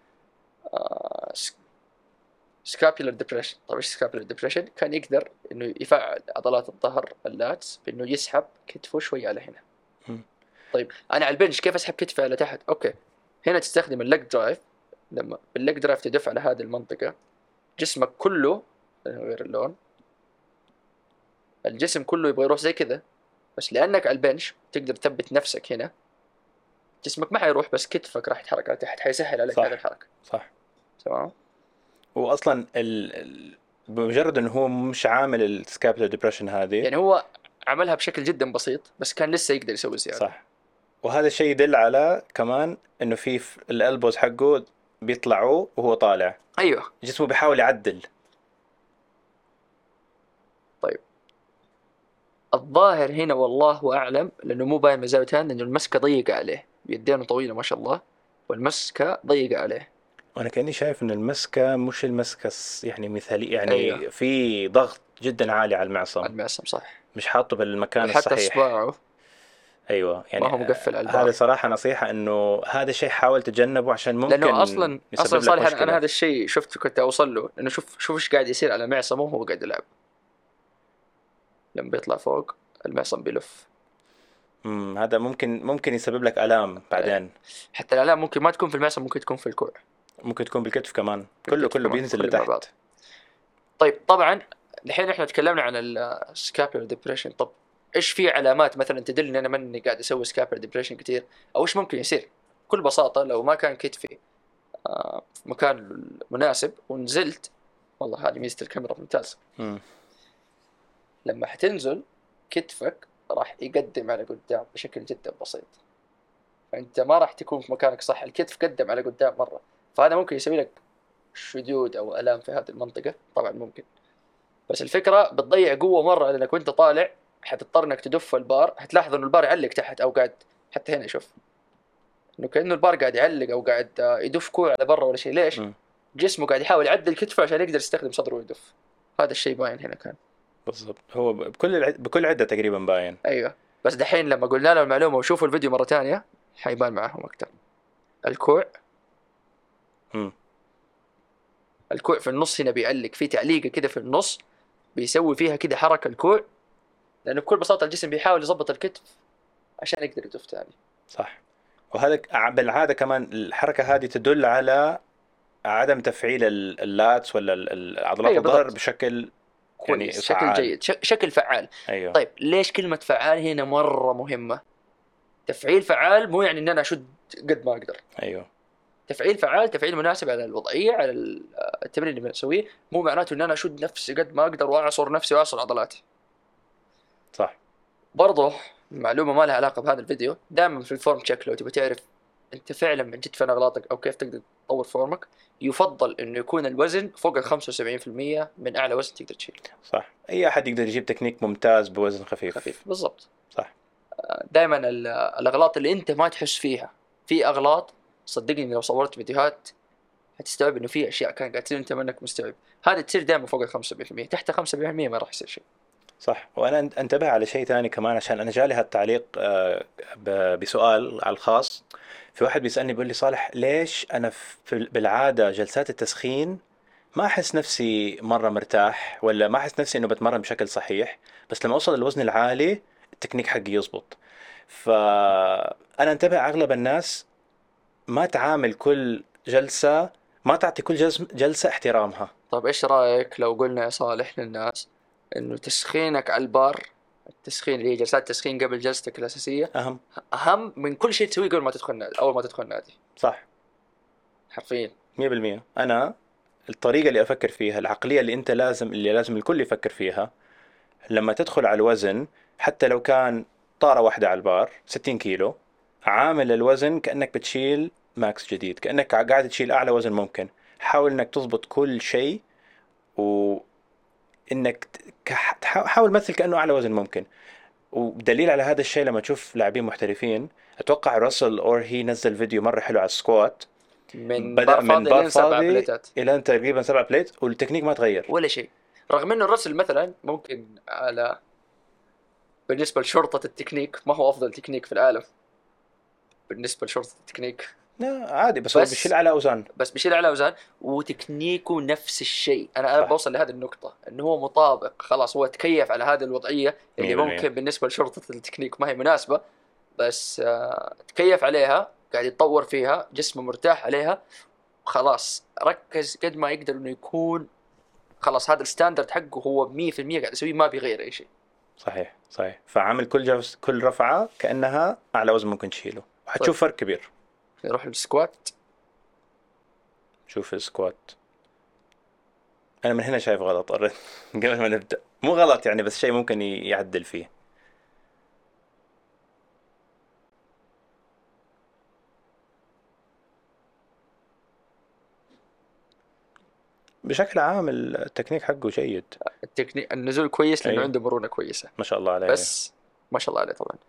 سكابيولار ديبريشن. طيب ايش سكابيولار ديبريشن؟ كان يقدر انه يفعل عضلات الظهر اللاتس بانه يسحب كتفه شوي على هنا. طيب انا على البنش كيف اسحب كتفي على تحت؟ اوكي هنا تستخدم الليج درايف. لما بالليج درايف تدف على هذه المنطقه جسمك كله، غير اللون، الجسم كله يبغى يروح زي كذا، بس لانك على البنش تقدر تثبت نفسك هنا جسمك ما حيروح بس كتفك راح يتحرك على تحت، حيسهل عليك هذه الحركه. صح. تمام. واصلا بمجرد انه هو مش عامل السكابولار ديبريشن هذه، يعني هو عملها بشكل جدا بسيط بس كان لسه يقدر يسوي زياده. صح. وهذا الشيء يدل على كمان انه في الالبوز حقه بيطلعوا وهو طالع. ايوه جسمه بيحاول يعدل. طيب الظاهر هنا والله اعلم لانه مو باين مزاوتان، لانه المسكه ضيقه عليه، يدينه طويله ما شاء الله والمسكه ضيقه عليه. وانا كاني شايف ان المسكه مش المسكه يعني مثالي، ايوه، يعني في ضغط جدا عالي على المعصم، المعصم صح. مش حاطه بالمكان وحتى الصحيح. اصبعه ايوه ما يعني هو مقفل على هذا البار. صراحه نصيحه، انه هذا الشيء حاول تتجنبه عشان لانه ممكن اصلا يسبب لك صالح، انا مشكله. هذا الشيء شفت كنت اوصل له، انه شوف ايش قاعد يصير على معصمه وهو قاعد يلعب. لما بيطلع فوق المعصم بيلف. هذا ممكن يسبب لك الام آه، بعدين. حتى الالام ممكن ما تكون في المعصم، ممكن تكون في الكوع، ممكن تكون بالكتف كمان، في كله الكتف كله كمان، بينزل كلهم مع لتحت. بعض. طيب طبعا الحين احنا تكلمنا عن السكابر ديبريشن. طب ايش في علامات مثلا تدل ان انا ماني قاعد اسوي سكابر ديبريشن كثير، او ايش ممكن يصير؟ بكل بساطه لو ما كان كتفي في مكان مناسب ونزلت، والله هذه ميزه الكاميرا ممتاز، امم لما حتنزل كتفك راح يقدم على قدام بشكل جدا بسيط، فانت ما راح تكون في مكانك صح، الكتف قدم على قدام مره، فهذا ممكن يسوي لك شدود او الام في هذه المنطقه، طبعا ممكن. بس الفكره بتضيع قوه مره، لانك وانت طالع حتضطر انك تدف البار، حتلاحظ انه البار يعلق تحت او قاعد، حتى هنا شوف انه كانه البار قاعد يعلق او قاعد يدف كوع على برا ولا شيء. ليش؟ امم جسمه قاعد يحاول يعدل كتفه عشان يقدر يستخدم صدره ويدف. هذا الشيء باين هنا كان. بالضبط، هو بكل عده تقريبا باين. ايوه. بس دحين لما قلنا له المعلومه وشوفوا الفيديو مره ثانيه حيبان معاهم اكثر. الكوع، امم الكوع في النص هنا بيعلق في تعليقه كذا في النص، بيسوي فيها كذا حركه الكوع، لانه بكل بساطه الجسم بيحاول يضبط الكتف عشان يقدر يدف ثاني. صح. وهذا بالعاده كمان الحركه هذه تدل على عدم تفعيل اللاتس ولا عضلات ايوه الظهر بالضبط. بشكل يعني كويس، شكل فعال. جيد، شكل فعال. ايوه. طيب ليش كلمه فعال هنا مره مهمه؟ تفعيل فعال مو يعني ان انا اشد قد ما اقدر. ايوه. تفعيل فعال، تفعيل مناسب على الوضعيه، على التمرين اللي بنسويه، مو معناته ان انا اشد نفسي قد ما اقدر واعصر نفسي واعصر عضلاتي. صح. برضه معلومه ما لها علاقه بهذا الفيديو، دائما في الفورم تشيك لو تبي تعرف انت فعلا من جد فين اغلاطك او كيف تقدر تطور فورمك، يفضل انه يكون الوزن فوق ال 75% من اعلى وزن تقدر تشيله. صح، اي احد يقدر يجيب تكنيك ممتاز بوزن خفيف. خفيف بالضبط. صح. دائما الاغلاط اللي انت ما تحس فيها، في اغلاط صدقني لو صورت فيديوهات هتستوعب انه في اشياء كان قاعد تصير انت منك مستوعب، هذه تصير دائما فوق ال 75%، تحت 75% ما راح يصير شيء. صح. وانا انتبه على شيء ثاني كمان، عشان انا جالي هالتعليق بسؤال على الخاص. في واحد بيسالني بيقول لي صالح، ليش انا بالعاده جلسات التسخين ما احس نفسي مره مرتاح، ولا ما احس نفسي انه بتمرن بشكل صحيح، بس لما اوصل للوزن العالي التكنيك حقي يزبط. فانا انتبه اغلب الناس ما تعامل كل جلسه، ما تعطي كل جلسه احترامها. طيب ايش رايك لو قلنا يا صالح للناس انه تسخينك على البار، التسخين اللي هي جلسات تسخين قبل جلستك الاساسيه، اهم. اهم من كل شيء تسويه قبل ما تدخل النادي، اول ما تدخل النادي صح. حرفيا. 100%. انا الطريقة اللي أفكر فيها، العقلية اللي لازم الكل يفكر فيها، لما تدخل على الوزن، حتى لو كان طارة واحدة على البار 60 كيلو، عامل الوزن كأنك بتشيل ماكس جديد، كأنك قاعد تشيل أعلى وزن ممكن. حاول إنك تضبط كل شيء، وإنك حاول مثل كأنه أعلى وزن ممكن. ودليل على هذا الشيء لما تشوف لاعبين محترفين، أتوقع راسل أور هي نزل فيديو مرة حلو على السكوات، من بدأ بار من فاضي بار لين 7 فاضي بليتات إلى تقريبا 7 بليت، والتكنيك ما تغير. ولا شيء، رغم انه الرسل مثلا ممكن على، بالنسبه لشرطه التكنيك ما هو افضل تكنيك في العالم بالنسبه لشرطه التكنيك، لا عادي، بس هو بيشيل بس على اوزان. بس بيشيل على اوزان وتكنيكه نفس الشيء. انا صح. بوصل لهذه النقطه انه هو مطابق، خلاص هو تكيف على هذه الوضعيه اللي 100%. ممكن بالنسبه لشرطه التكنيك ما هي مناسبه، بس تكيف عليها، قاعد يتطور فيها، جسمه مرتاح عليها، خلاص ركز قد ما يقدر انه يكون، خلاص هذا الستاندرد حقه هو 100% قاعد يسويه، ما بيغير اي شيء. صحيح صحيح. فعامل كل رفعة كأنها أعلى وزن ممكن تشيله، طيب وحتشوف فرق كبير. نروح للسكوات. شوف السكوات. أنا من هنا شايف غلط قبل ما نبدأ، مو غلط يعني، بس شيء ممكن يعدل فيه. بشكل عام التكنيك حقه جيد. التكنيك النزول كويس لانه أي، عنده مرونه كويسه، ما شاء الله عليه. بس ما شاء الله عليه طبعا.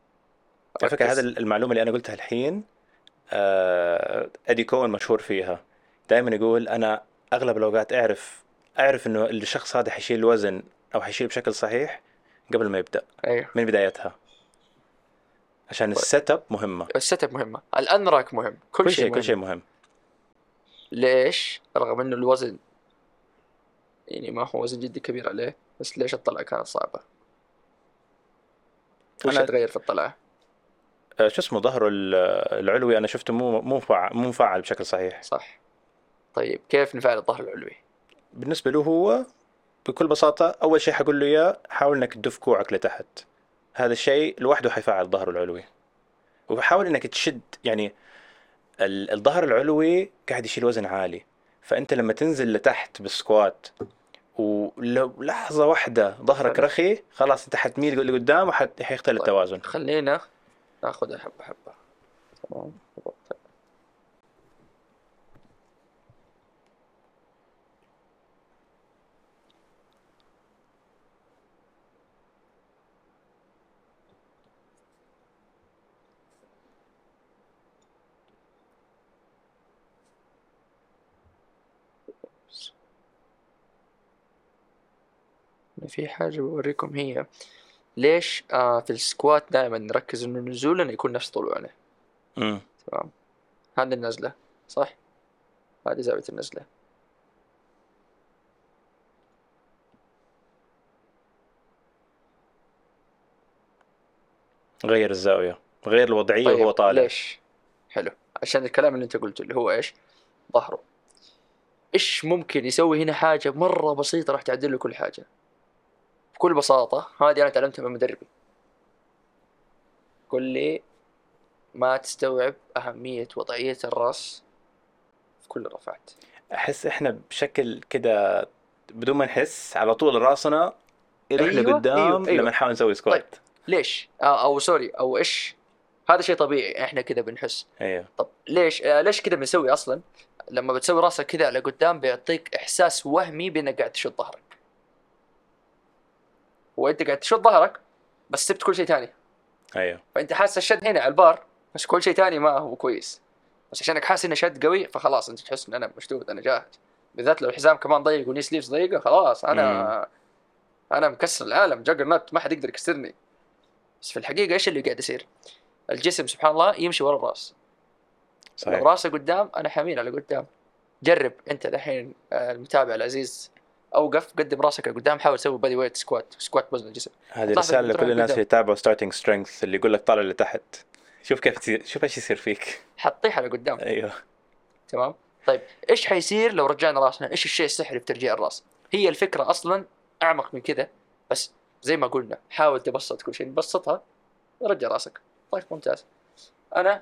على فكرة هذا ركز. المعلومة اللي أنا قلتها الحين، أدي كون مشهور فيها، دائما يقول انا اغلب الاوقات اعرف انه الشخص هذا حيشيل الوزن او حيشيل بشكل صحيح قبل ما يبدا، ايوه. من بدايتها، عشان طيب السيت اب مهمه. السيت اب مهمه، الانراك مهم، كل كل شيء شيء كل مهم. شيء مهم. ليش رغم انه الوزن يعني ما هو وزن جدي كبير عليه، بس ليش الطلعه كانت صعبه؟ وش انا اتغير في الطلعه؟ شو اسمه ظهره العلوي انا شفته مو مفعل بشكل صحيح. صح. طيب كيف نفعل الظهر العلوي؟ بالنسبه له هو بكل بساطه اول شيء حقول له اياه حاول انك تدف كوعك لتحت، هذا الشيء لوحده حيفعل ظهره العلوي. وحاول انك تشد يعني الظهر العلوي قاعد يشيل وزن عالي، فانت لما تنزل لتحت بالسكوات ولو لحظة واحدة ظهرك حلو. رخي خلاص انت حتميل لقدام وحيختل طيب التوازن. خلينا ناخذها حبه حبه. تمام. في حاجة بوريكم هي ليش في السكوات دائما نركز انه نزولنا يكون نفس طلوعنا. امم تمام. هذه النزلة صح، هذه زاوية النزلة. غير الزاوية، غير الوضعية وهو طيب طالع. ليش؟ حلو، عشان الكلام اللي انت قلته اللي هو ايش؟ ظهره. ايش ممكن يسوي هنا حاجة مرة بسيطة راح تعدل له كل حاجة بكل بساطة. هذه انا تعلمتها من مدربي، قل لي ما تستوعب أهمية وضعية الرأس في كل الرفعات. احس احنا بشكل كده بدون ما نحس على طول راسنا يروح ايوه ايوه لقدام لما ايوه. نحاول نسوي طيب سكوات. ليش او سوري او ايش؟ هذا شيء طبيعي احنا كذا بنحس. ايوه طب ليش ليش كذا بنسوي اصلا؟ لما بتسوي راسك كذا على قدام بيعطيك احساس وهمي بانك قاعد تشد ظهرك، وانت قاعد تشد ظهرك بس سبت كل شيء ثاني. ايوه فانت حاسس الشد هنا على البار بس كل شيء ثاني ما هو كويس، بس عشانك حاسس انه شد قوي فخلاص انت تحس ان انا مشدود انا جاهز. بالذات لو الحزام كمان ضيق وني سليفز ضيقه خلاص امم انا مكسر العالم جاجر نوت ما حد يقدر يكسرني. بس في الحقيقه ايش اللي قاعد يصير؟ الجسم سبحان الله يمشي ورا الراس. لو صحيح. راسه قدام انا حامين على قدام. جرب انت الحين المتابع العزيز، اوقف قدم راسك لقدام حاول تسوي بادي ويت سكوات وزن الجسم. هذه هتلاحظ رسالة انك بتروح لكل الناس اللي لقدام يتابعوا ستارتنج سترينث اللي يقول لك طالع لتحت، شوف كيف شوف ايش يصير فيك. حتطيح على قدام. ايوه تمام. طيب ايش حيصير لو رجعنا راسنا؟ ايش الشيء السحري في ترجيع الراس؟ هي الفكره اصلا اعمق من كذا، بس زي ما قلنا حاول تبسط كل شيء نبسطها. رجع راسك. طيب ممتاز. انا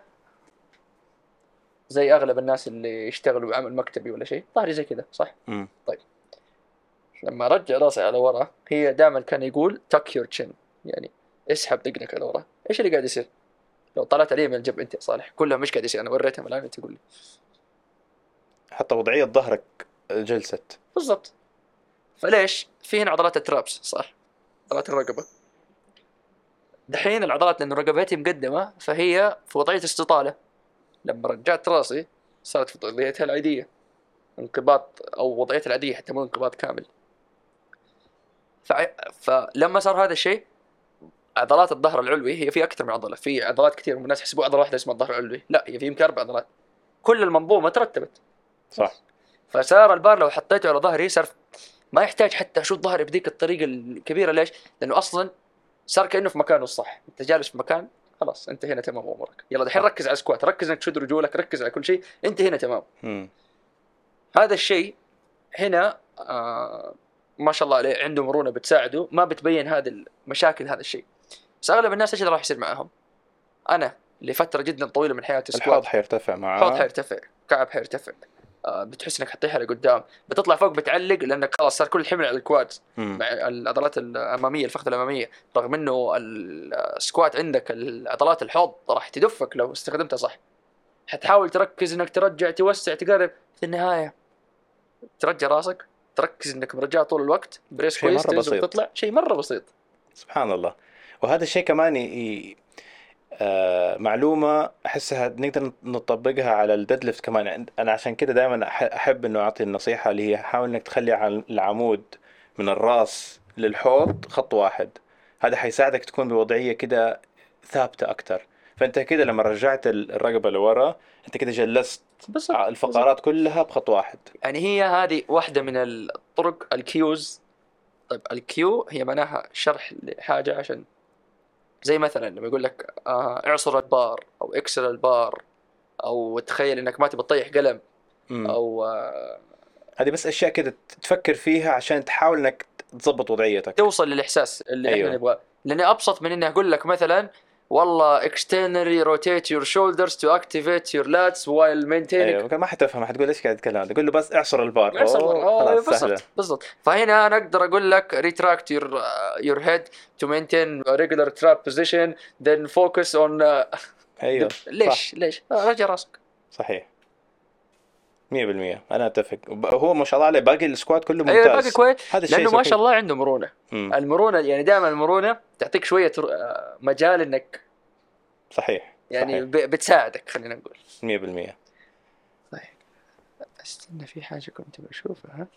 زي اغلب الناس اللي يشتغلوا بعمل مكتبي ولا شيء ظهري زي كذا صح. امم طيب لما ارجع راسي على ورا هي دائما كان يقول tuck your chin، يعني اسحب دقنك على ورا. ايش اللي قاعد يصير؟ لو طلعت علي من الجنب انت يا صالح كلها مش قاعد يصير، انا وريتها الان انت تقول لي. حتى وضعية ظهرك جلست. بالضبط. فليش في هنا عضلات الترابس صح، عضلات الرقبه. دحين العضلات لأن رقبتي مقدمة فهي في وضعية استطالة. لما رجعت راسي صارت في وضعيتها العادية، انقباض أو وضعيتها العادية حتى مو انقباض كامل. فلما صار هذا الشيء عضلات الظهر العلوي هي في أكثر من عضلة، في عضلات كثير من الناس يحسبوا عضلة واحدة اسمها الظهر العلوي، لا هي في يمكن 4 عضلات كل المنظومة ترتبت. صح. فصار البار لو حطيته على ظهري صار ما يحتاج حتى أشوف ظهري بذيك الطريقة الكبيرة. ليش؟ لأنه أصلا صار كأنه في مكانه الصح، أنت جالس في مكان خلاص أنت هنا تمام أمورك. يلا دحين صح. ركز على السكوات، ركز إنك تشد رجولك، ركز على كل شيء، أنت هنا تمام. امم هذا الشيء هنا ما شاء الله عليه عنده مرونة بتساعده، ما بتبين هذه المشاكل هذا الشيء. بس أغلب الناس إيش اللي راح يصير معهم؟ أنا لفترة جدا طويلة من حياتي الحوض سكوات، حيرتفع حوض معاه. حيرتفع، كعب حيرتفع، بتحس انك حتطيح لقدام، بتطلع فوق بتعلق لانك خلاص صار كل الحمل على الكوادز امم مع العضلات الاماميه الفخذ الاماميه. رغم انه السكوات عندك العضلات الحوض راح تدفك لو استخدمتها صح. حتحاول تركز انك ترجع توسع تقرب، في النهايه ترجع راسك تركز انك مرجع طول الوقت بريس شيء كويس مرة تنزل بسيط. وتطلع. شيء مره بسيط. سبحان الله. وهذا الشيء كمان معلومة أحسها نقدر نطبقها على الديد ليفت كمان. أنا عشان كده دائما أحب إنه أعطي النصيحة اللي هي حاول إنك تخلي العمود من الرأس للحوض خط واحد. هذا حيساعدك تكون بوضعية كده ثابتة أكتر. فأنت كده لما رجعت الرقبة لورا أنت كده جلست بالضبط بالضبط. الفقرات كلها بخط واحد. يعني هي هذه واحدة من الطرق، الكيوز. طيب الكيو هي معناها شرح لحاجة، عشان زي مثلا لما يقول لك اعصر البار او اكسر البار، او تخيل انك ما تبي تطيح قلم، امم او هذه بس أشياء كده تفكر فيها عشان تحاول إنك تضبط وضعيتك. توصل للاحساس اللي احنا أيوه. نبغاه. لان ابسط من اني اقول لك مثلا والله externally rotate your shoulders to activate your lats while maintaining. ايوه ما حتفهم، حتقول ايش قاعد يتكلم هذا، قول له بس اعصر البار، اعصر البار، اوه خلاص سهله. بالضبط بالضبط. فهنا انا اقدر اقول لك retract your head to maintain a regular trap position, then focus on ايوه صح. ليش رجع راسك. صحيح 100%. انا اتفق. هو ما شاء الله عليه باقي السكواد كله ايوه باقي ممتاز. كويس. هذا الشيء لانه ما شاء الوحيد. الله عنده مرونه. امم المرونه يعني دائما المرونه تعطيك شويه مجال انك صحيح يعني صحيح بتساعدك، خلينا نقول. 100%. طيب استنى، في حاجه كنت بشوفها.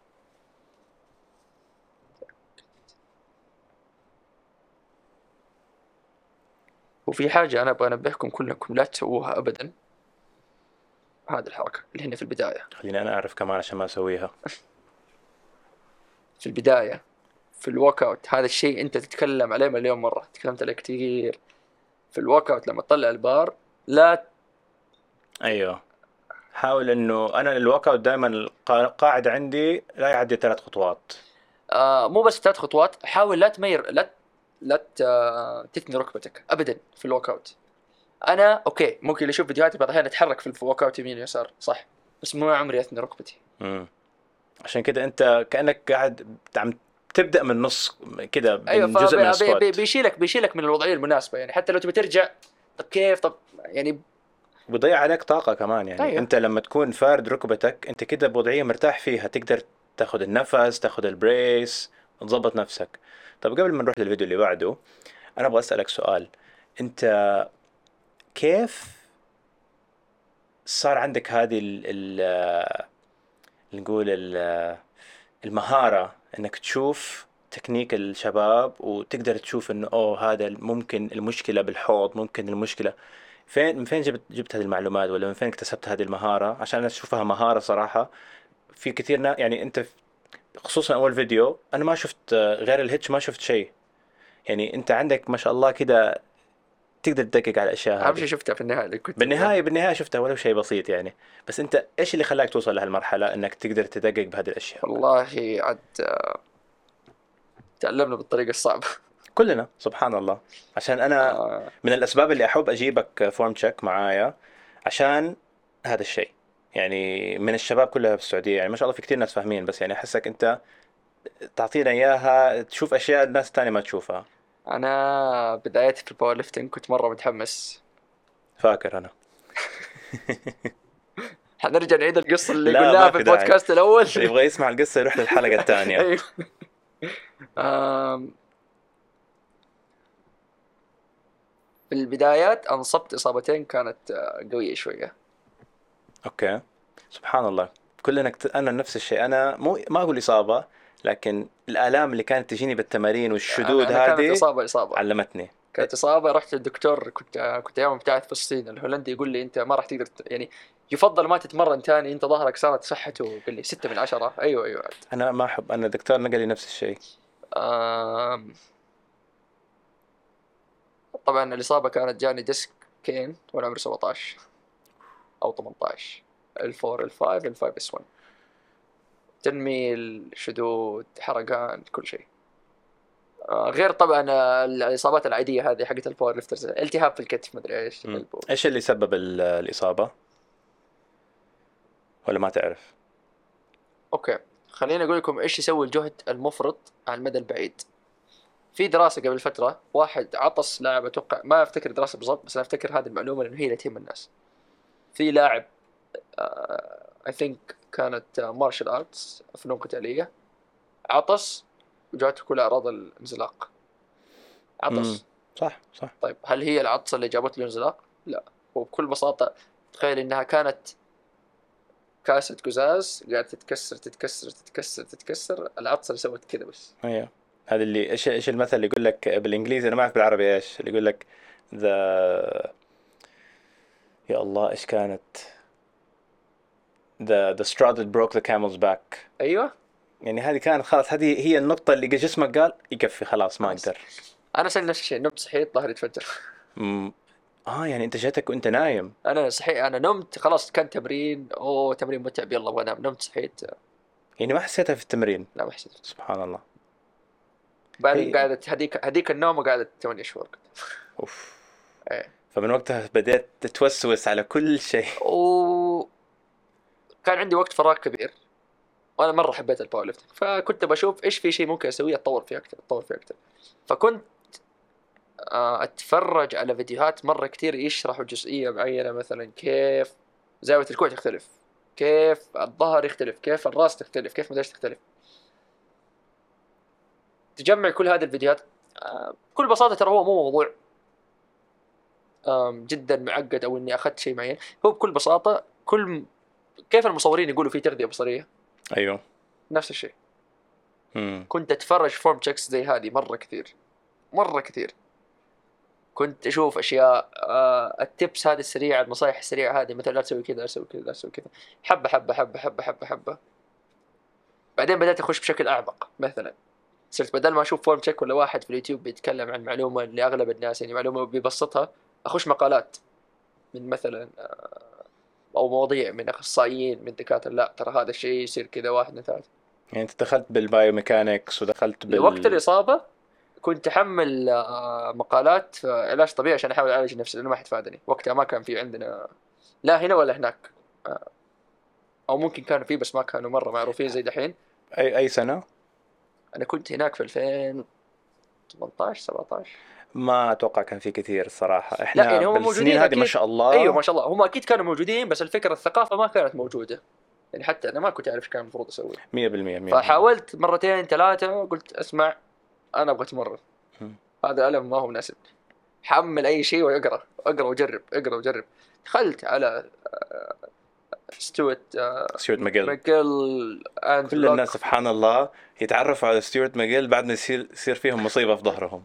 وفي حاجه انا ابغى انبهكم كلكم لا تسووها ابدا. هذه الحركه اللي هنا في البدايه. خليني انا اعرف كمان عشان ما اسويها. في البدايه في الوك اوت، هذا الشيء انت تتكلم عليه مليون مره، تكلمت عليه كثير. في الوك اوت لما تطلع البار لا ايوه حاول انه انا الورك اوت دائما القاعده عندي لا يعدي 3 خطوات. مو بس 3 خطوات. حاول لا تمير، لا تثني ركبتك ابدا في الوك اوت. انا اوكي ممكن اللي يشوف فيديوهاتي بعض الاحيان اتحرك في الوك اوت يمين يسار صح، بس مو عمري اثني ركبتي. امم عشان كده انت كانك قاعد عم تبدا من نص كده ايوه، من جزء من السكوات. بيشيلك من الوضعيه المناسبه. يعني حتى لو تبي ترجع، طب كيف؟ طب يعني وبيضيع عليك طاقة كمان. يعني ايوه. انت لما تكون فارد ركبتك انت كده بوضعية مرتاح فيها، تقدر تاخذ النفس، تاخذ البريس، تظبط نفسك. طب قبل ما نروح للفيديو اللي بعده انا ابغى اسألك سؤال. انت كيف صار عندك هذه نقول المهارة انك تشوف تكنيك الشباب وتقدر تشوف انه اوه هذا ممكن المشكلة بالحوض، ممكن المشكلة من فين جبت هذه المعلومات، ولا من فين اكتسبت هذه المهارة؟ عشان انا اشوفها مهارة صراحة. في كثير يعني انت خصوصا اول فيديو انا ما شفت غير الهيتش، ما شفت شيء. يعني انت عندك ما شاء الله كده تقدر تدقق على الاشياء اهم هذه. شيء شفتها في النهايه اللي كنت بالنهاية شفتها ولو شيء بسيط يعني. بس انت ايش اللي خلاك توصل لهالمرحلة انك تقدر تدقق بهذه الاشياء؟ والله عاد تعلمنا بالطريقه الصعبه. كلنا سبحان الله. عشان انا آه من الاسباب اللي احب اجيبك فورم تشيك معايا عشان هذا الشيء. يعني من الشباب كلها في السعودية يعني ما شاء الله في كثير ناس فاهمين، بس يعني احسك انت تعطينا اياها تشوف اشياء الناس الثانية ما تشوفها. انا بدايتي في الباور ليفتنج كنت مره متحمس. فاكر انا. حنرجع نعيد القصه اللي لا قلناها ما في في داعي. البودكاست الاول. اللي يبغى يسمع القصة يروح للحلقة الثانية. ايوه. آم، في البدايات انصبت اصابتين كانت قويه شويه. اوكي. سبحان الله. كلنا انا نفس الشيء. انا مو ما اقول اصابة، لكن الآلام اللي كانت تجيني بالتمارين والشدود انا كانت هذه اصابه. علمتني. كانت اصابه. رحت للدكتور، كنت ايام مبتعث في الصين، الهولندي يقول لي انت ما راح تقدر يعني يفضل ما تتمرن تاني، انت ظهرك صارت صحته قال لي 6 من 10. ايوه. انا ما احب، انا الدكتور نقل لي نفس الشيء. آم، طبعا الاصابه كانت جاني ديسك كين وانا عمري 17 او 18. الفور الفايف الفايف اس 1، تنميل، شدود، حرقان، كل شيء. غير طبعا الاصابات العاديه هذه حقت الباور ليفترز، التهاب في الكتف، مدري ايش، قلب. ايش اللي سبب الإصابة ولا ما تعرف؟ اوكي، خليني اقول لكم ايش يسوي الجهد المفرط على المدى البعيد. في دراسه قبل فتره واحد عطس لاعب، اتوقع ما افتكر الدراسه بالضبط بس انا افتكر هذه المعلومه لانه هي اللي تهم الناس. في لاعب اي ثينك كانت مارشال ارتس، فنون قتاليه، عطس وجاته كل اعراض الانزلاق. امم عطس صح. طيب هل هي العطسة اللي جابت له انزلاق؟ لا. وبكل بساطة تخيل انها كانت كاسة قزاز قاعدة تتكسر، العطسة اللي سوت كذا بس. ايوه، هذا اللي ايش المثل اللي يقول لك بالانجليزي، انا ما اعرف بالعربي ايش اللي يقول لك ذا، يا الله ايش كانت، the straw that broke the camel's back. ايوه. يعني هذه كانت خلاص، هذه هي النقطة اللي جسمك قال يكفي خلاص ما خلاص. اقدر. انا سويت نفس الشيء، نمت صحيت ظهري تفجر. مم. يعني انت جاتك وانت نايم. انا صحيت، انا نمت خلاص، كان تمرين، تمرين متعب، يلا ابغى انام، نمت صحيت. يعني ما حسيتها في التمرين؟ لا ما حسيت. سبحان الله. بعدين هي قعدت هذيك النومه قعدت 8 شهور. اوف. ايه. فمن وقتها بدأت تتوسوس على كل شيء. وكان عندي وقت فراغ كبير، وانا مره حبيت الباور ليفتنج، فكنت بشوف ايش في شيء ممكن اسويه اتطور فيه اكثر. فكنت اتفرج على فيديوهات مره كتير يشرحوا جزئيه معينه، مثلا كيف زاويه الكوع تختلف، كيف الظهر يختلف، كيف الراس تختلف، كيف مدرش تختلف. تجمع كل هذه الفيديوهات. بكل بساطه ترى هو مو موضوع جدا معقد او اني اخذت شيء معين. هو بكل بساطه كيف المصورين يقولوا في تغذيه بصريه، ايوه. نفس الشيء. مم. كنت اتفرج فورم تشيكس زي هذه مره كثير. كنت اشوف اشياء، التبس هذه السريعه، النصائح السريعه هذه، مثلا لا تسوي كذا، لا تسوي كذا، لا تسوي كذا، حبه. بعدين بدأت اخش بشكل اعمق. مثلا صرت بدل ما اشوف فورم تشيك ولا واحد في اليوتيوب بيتكلم عن معلومه اللي اغلب الناس يعني معلومه بيبسطها، اخش مقالات من مثلا او مواضيع من اخصائيين، من دكاتره، لا ترى هذا الشيء يصير كذا، واحد اثنين ثلاثه. يعني انت دخلت بالبايوميكانكس ودخلت وقت الاصابه كنت احمل مقالات في علاج طبيعي عشان احاول اعالج نفسي، لانه ما حد فادني وقتها. ما كان في عندنا لا هنا ولا هناك، او ممكن كانوا فيه بس ما كانوا مره معروفين زي دحين. اي سنة؟ انا كنت هناك في 2018 17. ما اتوقع كان في كثير الصراحة، لا احنا يعني هم بالسنين موجودين هذه ما اكيد. شاء الله. ايوه ما شاء الله، هم اكيد كانوا موجودين، بس الفكره الثقافه ما كانت موجوده. يعني حتى انا ما كنت اعرف ايش كان المفروض اسوي. 100%. فحاولت مرتين ثلاثه، قلت اسمع انا ابغى اتمرن، هذا الألم ما هو مناسب، حمل اي شيء واقرا وجرب، دخلت على ستوارت ماجيل. كل لوك. الناس سبحان الله يتعرفوا على ستيوارت ماجيل بعد ما يصير فيهم مصيبة في ظهرهم.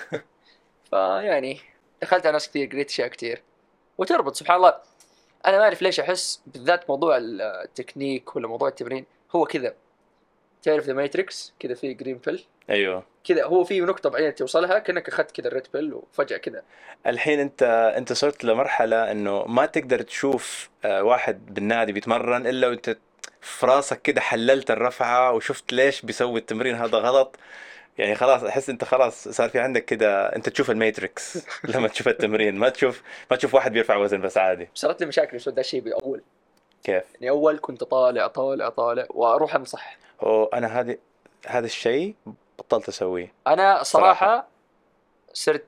فيعني دخلت على ناس كثير، قريت اشياء كثير وتربط. سبحان الله، انا ما اعرف ليش احس بالذات موضوع التكنيك ولا موضوع التمرين هو كذا. تعرف ذا ماتريكس كذا، في جرين بيل، ايوه كذا هو في نقطه معينه توصلها كانك اخذت كذا الريد بيل، وفجاه كذا الحين انت صرت لمرحلة انه ما تقدر تشوف واحد بالنادي بيتمرن الا وانت في راسك كده حللت الرفعة وشفت ليش بيسوي التمرين هذا غلط. يعني خلاص احس انت خلاص صار في عندك كده، انت تشوف الماتريكس لما تشوف التمرين، ما تشوف واحد بيرفع وزن بس عادي. صارت لي مشاكل بسبب ذا الشيء باول. كيف؟ يعني اول كنت طالع واروح انصح. انا هذا الشيء بطلت اسويه انا صراحه صرت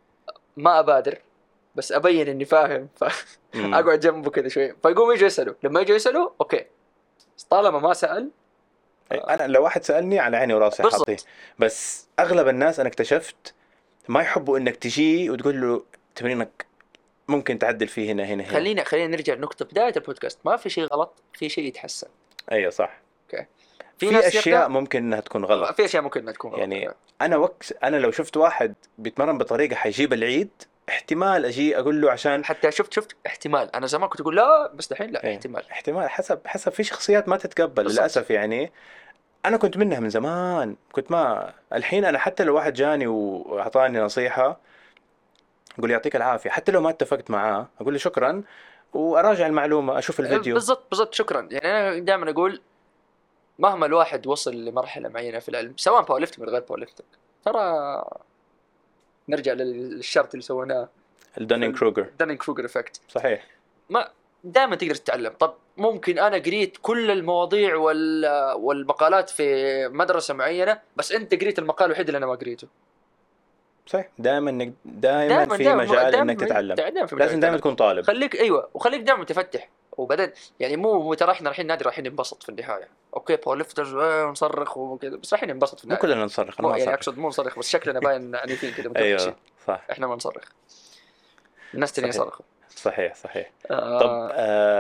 ما ابادر، بس ابين اني فاهم، فاقعد جنبه كذا شوي، فيقوم يجي يساله. لما يجي يساله اوكي، طالما ما سال. انا لو واحد سالني على عيني وراسي حاطيه، بس اغلب الناس انا اكتشفت ما يحبوا انك تجي وتقول له تمرينك ممكن تعدل فيه هنا. خلينا نرجع لنقطه بدايه البودكاست. ما في شيء غلط، في شيء يتحسن. ايوه صح. اوكي. في اشياء ممكن انها تكون غلط. في اشياء ممكن انها تكون غلط. يعني انا لو شفت واحد بيتمرن بطريقه حيجيب العيد، احتمال اجي اقول له عشان حتى شفت احتمال. انا زمان كنت اقول لا، بس دحين لا. احتمال حسب في شخصيات ما تتقبل بالضبط. للاسف يعني انا كنت منها من زمان، كنت ما الحين انا حتى لو واحد جاني واعطاني نصيحه اقول يعطيك العافيه، حتى لو ما اتفقت معاه اقول له شكرا واراجع المعلومه اشوف الفيديو. بالضبط شكرا. يعني انا دائما اقول مهما الواحد وصل لمرحله معينه في العلم، سواء باور ليفتنج ولا غير باور ليفتنج، ترى نرجع للشرط اللي سويناه، الدانينغ كروجر افكت. صحيح. ما دائما تقدر تتعلم. طب ممكن انا قريت كل المواضيع والمقالات في مدرسه معينه، بس انت قريت المقال الوحيد اللي انا ما قريته. صح. دائما في مجال انك تتعلم. لازم دائما تكون طالب. خليك وخليك دائما متفتح، وبعدين يعني مو ترى احنا رايحين نادي رايحين ننبسط في النهايه. اوكي باور ليفترز ونصرخ وكذا بس رايحين ننبسط في مو النهايه. كلنا نصرخ، انا مو ما يعني اصرخ. اقصد مو نصرخ بس شكلنا باين عنيفين كذا متوحشين. ايوه صح. احنا ما نصرخ، الناس تانية صحيح يصرخوا. صحيح صحيح. طب آه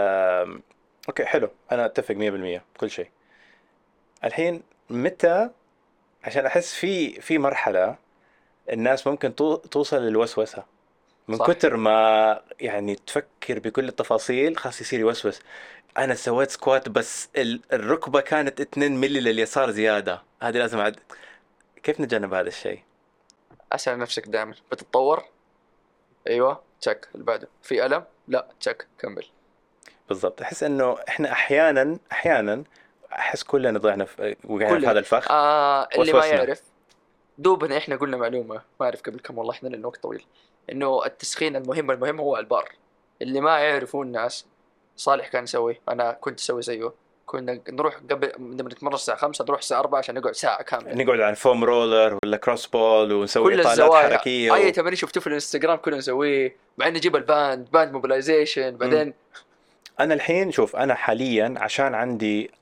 اوكي حلو، انا اتفق 100% كل شيء. الحين متى، عشان احس في مرحلة الناس ممكن توصل للوسوسة من صح. كتر ما يعني تفكر بكل التفاصيل، خلاص يصير يوسوس. انا سويت سكوات بس الركبة كانت 2 ملي لليسار زيادة، هذه لازم كيف نتجنب هذا الشيء؟ اسأل نفسك دائما بتتطور؟ ايوه تشك. اللي بعده في ألم؟ لا تشك كمل. بالضبط. احس انه احنا احيانا احس كلنا ضعنا وقعنا في كلنا هذا الفخ. اللي ما وسوسنا. يعرف دوبنا احنا قلنا معلومة ما اعرف قبل كم والله احنا لنا وقت طويل انه التسخين المهم هو البار. اللي ما يعرفون الناس صالح كان يسوي، انا كنت اسوي زيه. كنا نروح قبل لما نتمرن الساعة 5 نروح الساعة 4 عشان نقعد ساعة كاملة. نقعد على الفوم رولر ولا كروس بول ونسوي كل اطالات الزوايا حركيه اي تمرين شفته في الانستغرام كنا نسويه، مع انه نجيب باند موبيلايزيشن بعدين. انا الحين شوف، انا حاليا عشان عندي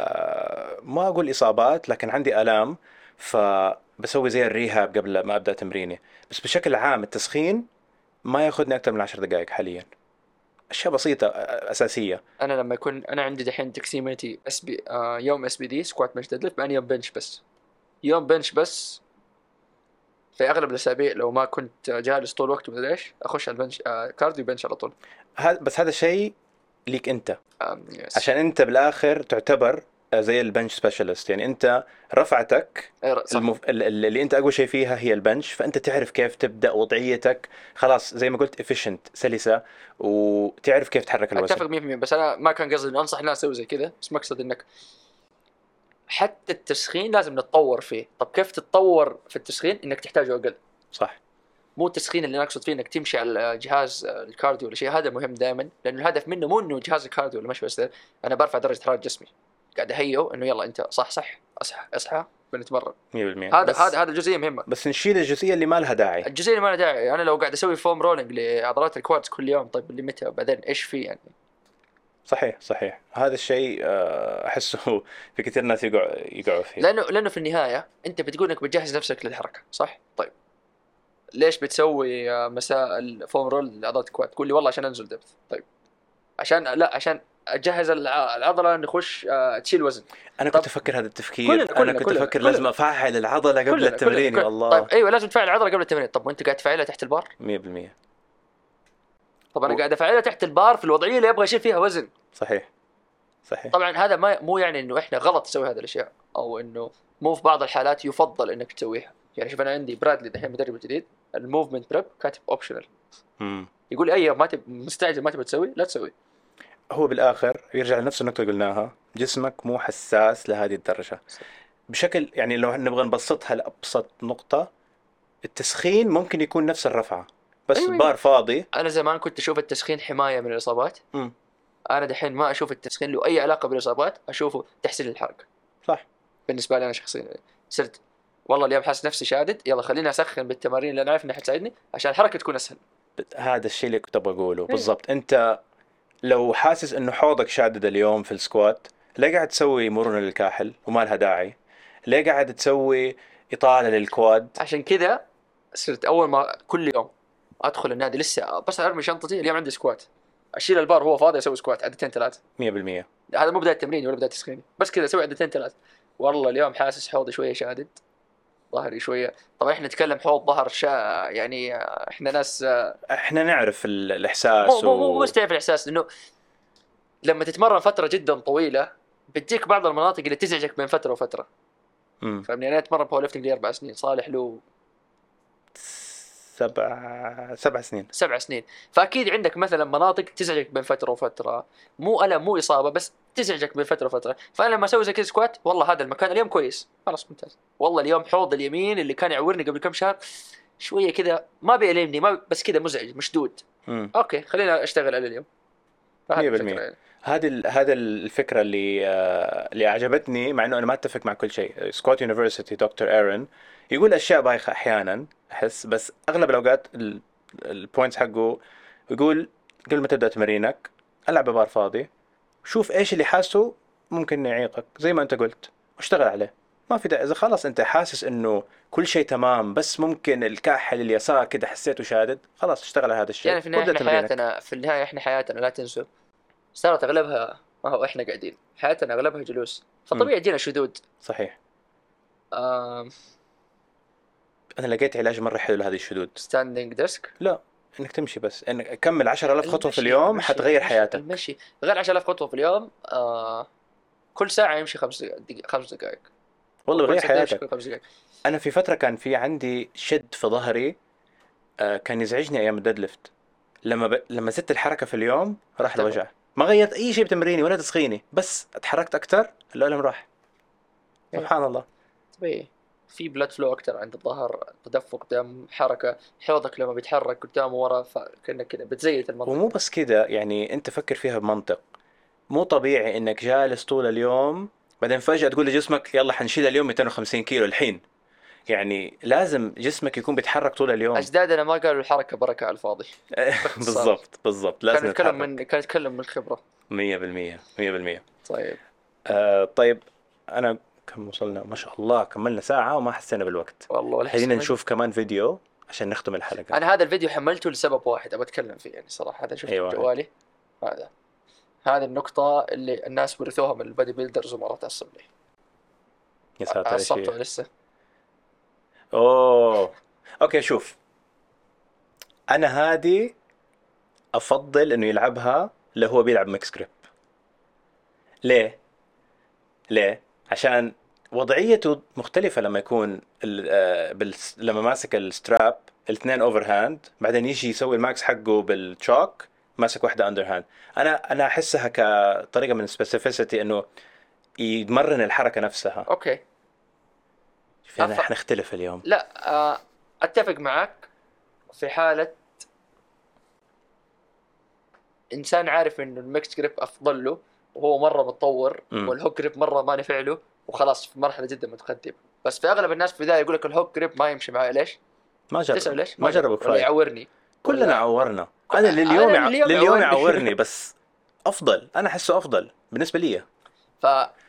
ما اقول اصابات لكن عندي الام، فبسوي زي الريهاب قبل ما ابدا تمريني. بس بشكل عام التسخين ما ياخذني اكثر من 10 دقائق حاليا، اشياء بسيطه اساسيه. انا لما يكون انا عندي دحين تقسيمتي اس بي يوم اس بي دي سكوات بنش ديدليفت، بعدين يوم بنش بس. يوم بنش بس في اغلب الاسابيع لو ما كنت جالس طول الوقت ومدري ايش اخش على البنش كارديو بنش على طول. بس هذا شيء ليك انت، يس. عشان انت بالاخر تعتبر زي البنش سبيشالست. يعني انت رفعتك صح. اللي انت اقوى شيء فيها هي البنش، فانت تعرف كيف تبدا وضعيتك خلاص زي ما قلت افيشنت سلسه، وتعرف كيف تحرك الوزن. اتفق 100%. بس انا ما كان قصدي اني انصح الناس يسوي زي كذا، بس مقصد انك حتى التسخين لازم نتطور فيه. طب كيف تتطور في التسخين؟ انك تحتاجه اقل. صح. مو التسخين اللي نقصد فيه انك تمشي على جهاز الكارديو ولا شيء، هذا مهم دائما لانه الهدف منه مو انه جهاز الكارديو ولا مشي، بس انا برفع درجه حراره جسمي، قاعد اهيئه انه يلا انت صح اصحى بنتمرن. 100%. هذا جزئيه مهمه. بس نشيل الجزئيه اللي ما لها داعي. الجزئيه اللي ما لها داعي، انا لو قاعد اسوي فوم رولينج لعضلات الكوادز كل يوم، طيب اللي متى بعدين ايش فيه يعني؟ صحيح صحيح. هذا الشيء احسه في كثير ناس يقعوا فيه. لانه في النهايه انت بتقول انك بتجهز نفسك للحركه صح؟ طيب ليش بتسوي مساء الفوم رول لعضلات الكواد؟ تقول لي والله عشان انزل دبث. طيب عشان اجهز العضله نخش تشيل وزن. انا كنت افكر هذا التفكير. كلنا انا كنت افكر لازم افعل العضله قبل التمرين. كلنا. والله طيب ايوه لازم تفعل العضله قبل التمرين. طب وانت قاعد تفعلها تحت البار؟ 100%. طب انا قاعد افعلها تحت البار في الوضعيه اللي ابغى اشيل فيها وزن. صحيح صحيح. طبعا هذا مو يعني انه احنا غلط نسوي هذه الاشياء، او انه مو في بعض الحالات يفضل انك تسويها. يعني شوف انا عندي برادلي دحين مدرب جديد، الموفمنت بريب كاتب اوبشنال. يقول لي ما تبي مستعجل ما تبي تسوي لا تسوي. هو بالاخر يرجع لنفس النقطه اللي قلناها، جسمك مو حساس لهذه الدرجه بشكل. يعني لو نبغى نبسطها لابسط نقطه، التسخين ممكن يكون نفس الرفعه بس أيوة. البار فاضي. انا زمان كنت اشوف التسخين حمايه من الاصابات. انا دحين ما اشوف التسخين له اي علاقه بالاصابات، اشوفه تحسين الحركه. صح. بالنسبه لي انا شخصيا صرت والله اليوم حاسس نفسي شادد، يلا خليني اسخن بالتمارين اللي انا عارف انها حتساعدني عشان الحركه تكون اسهل. هذا الشيء اللي كنت ابغى اقوله بالضبط. انت لو حاسس انه حوضك شادد اليوم في السكوات، ليه قاعد تسوي مرونه للكاحل وما لها داعي؟ ليه قاعد تسوي اطاله للكواد؟ عشان كذا صرت اول ما كل يوم ادخل النادي لسه بس ارمي شنطتي، اليوم عندي سكوات، اشيل البار وهو فاضي اسوي سكوات عدتين ثلاثه. 100%. هذا مو بدايه تمريني ولا بدايه تسخيني، بس كذا اسوي عدتين ثلاثه. والله اليوم حاسس حوضي شويه شادد، ظهري شويه. طبعا احنا نتكلم حوض ظهر يعني احنا ناس احنا نعرف الاحساس. مو تعرف الاحساس، لانه لما تتمرن فتره جدا طويله بتجيك بعض المناطق اللي تزعجك بين فتره وفتره. فاهمني؟ انا اتمرن باور ليفتنج لي 4 سنين، صالح له 7 سنين. 7 سنين. فاكيد عندك مثلا مناطق تزعجك بين فتره وفتره، مو الم مو اصابه بس تزعجك بين فتره وفتره. فانا لما اسوي زي كذا سكوات، والله هذا المكان اليوم كويس خلاص ممتاز. والله اليوم حوض اليمين اللي كان يعورني قبل كم شهر شويه كذا ما بيألمني، ما بس كذا مزعج مشدود. اوكي خلينا اشتغل على اليوم. 100%. هذا الفكره اللي اعجبتني، مع انه انا ما اتفق مع كل شيء. سكوات يونيفرسيتي دكتور ايرون يقول اشياء بايخه احيانا احس، بس اغلب الاوقات البوينتس حقه يقول قبل ما تبدا تمرينك العب ببار فاضي، شوف ايش اللي حاسه ممكن يعيقك زي ما انت قلت، واشتغل عليه. ما في داعي، اذا خلاص انت حاسس انه كل شيء تمام بس ممكن الكاحل اليسار كده حسيته شادد، خلاص اشتغل على هذا الشيء يعني في النهاية وابدا احنا تمرينك. حياتنا، في النهاية احنا حياتنا لا تنسوا صارت اغلبها ما هو احنا قاعدين، حياتنا اغلبها جلوس، امم فطبيعي يجينا شذوذ. صحيح. انا لقيت علاج مره حلو لهذه الشدود. ستاندينج ديسك. لا، انك تمشي بس، انك كمل 10,000 خطوه في المشي اليوم حتغير حياتك. المشي غير 10,000 خطوة في اليوم. كل ساعة يمشي 5 دقائق، والله وكل بغير ساعتين يمشي حياتك. 5 دقائق. انا في فتره كان في عندي شد في ظهري، كان يزعجني ايام الديد ليفت. لما زدت الحركه في اليوم راح اختفى. الوجع. ما غيرت اي شيء بتمريني ولا تسخيني، بس اتحركت اكثر الالم راح. ايه سبحان الله. طبيعي. في بلاد فلو اكتر عند الظهر، تدفق دم، حركة، حوضك لما بيتحرك قدام وورا فكأنك كده بتزيت ومو المنطقة. بس كده، يعني انت فكر فيها بمنطق. مو طبيعي انك جالس طول اليوم بعدين فجأة تقول لجسمك يلا حنشيل اليوم 250 كيلو الحين. يعني لازم جسمك يكون بيتحرك طول اليوم. اجدادنا ما قالوا الحركة بركة على الفاضي. باختصار بالضبط بالضبط، كان لازم يتكلم من نتحرك. كان يتكلم من خبرة. 100% 100%. طيب. طيب، أنا كم وصلنا؟ ما شاء الله كملنا ساعة وما حسينا بالوقت. والله ولا خلينا حسيت. نشوف كمان فيديو عشان نختم الحلقة. انا هذا الفيديو حملته لسبب واحد ابى اتكلم فيه، يعني صراحة هذا أي شفته واحد؟ بجوالي. هذا هذه النقطة اللي الناس ورثوها من البادي بيلدرز وما تعصب لي. يا ساتر إيش عصبت هي؟ ولا لسه؟ أوه. أوكي شوف، أنا هذه أفضل إنه يلعبها لو هو بيلعب ميكس جريب. ليه؟ ليه؟ عشان وضعيته مختلفة لما يكون لما ماسك الستراب الاثنين اوفر هاند، بعدين يجي يسوي الماكس حقه بالتشوك ماسك واحدة اندر هاند. انا احسها كطريقة من السبيسيفيسيتي انه يمرن الحركة نفسها. اوكي. فانا حنختلف اليوم. لا. اتفق معك في حالة انسان عارف انه الميكس جريب افضل له وهو مرة متطور، امم والهوك جريب مرة ما نفع له وخلاص في مرحلة جدا متقدمة. بس في اغلب الناس في البداية يقول لك الهوك جريب ما يمشي معي. ليش؟ ما تسأل جرب، ليش؟ ما ما جربوا جرب ولا كفاية. يعورني كلنا ولا عورنا. انا انا اليوم لليوم يعورني. يعورني بس افضل، انا احسه افضل بالنسبة لي. ف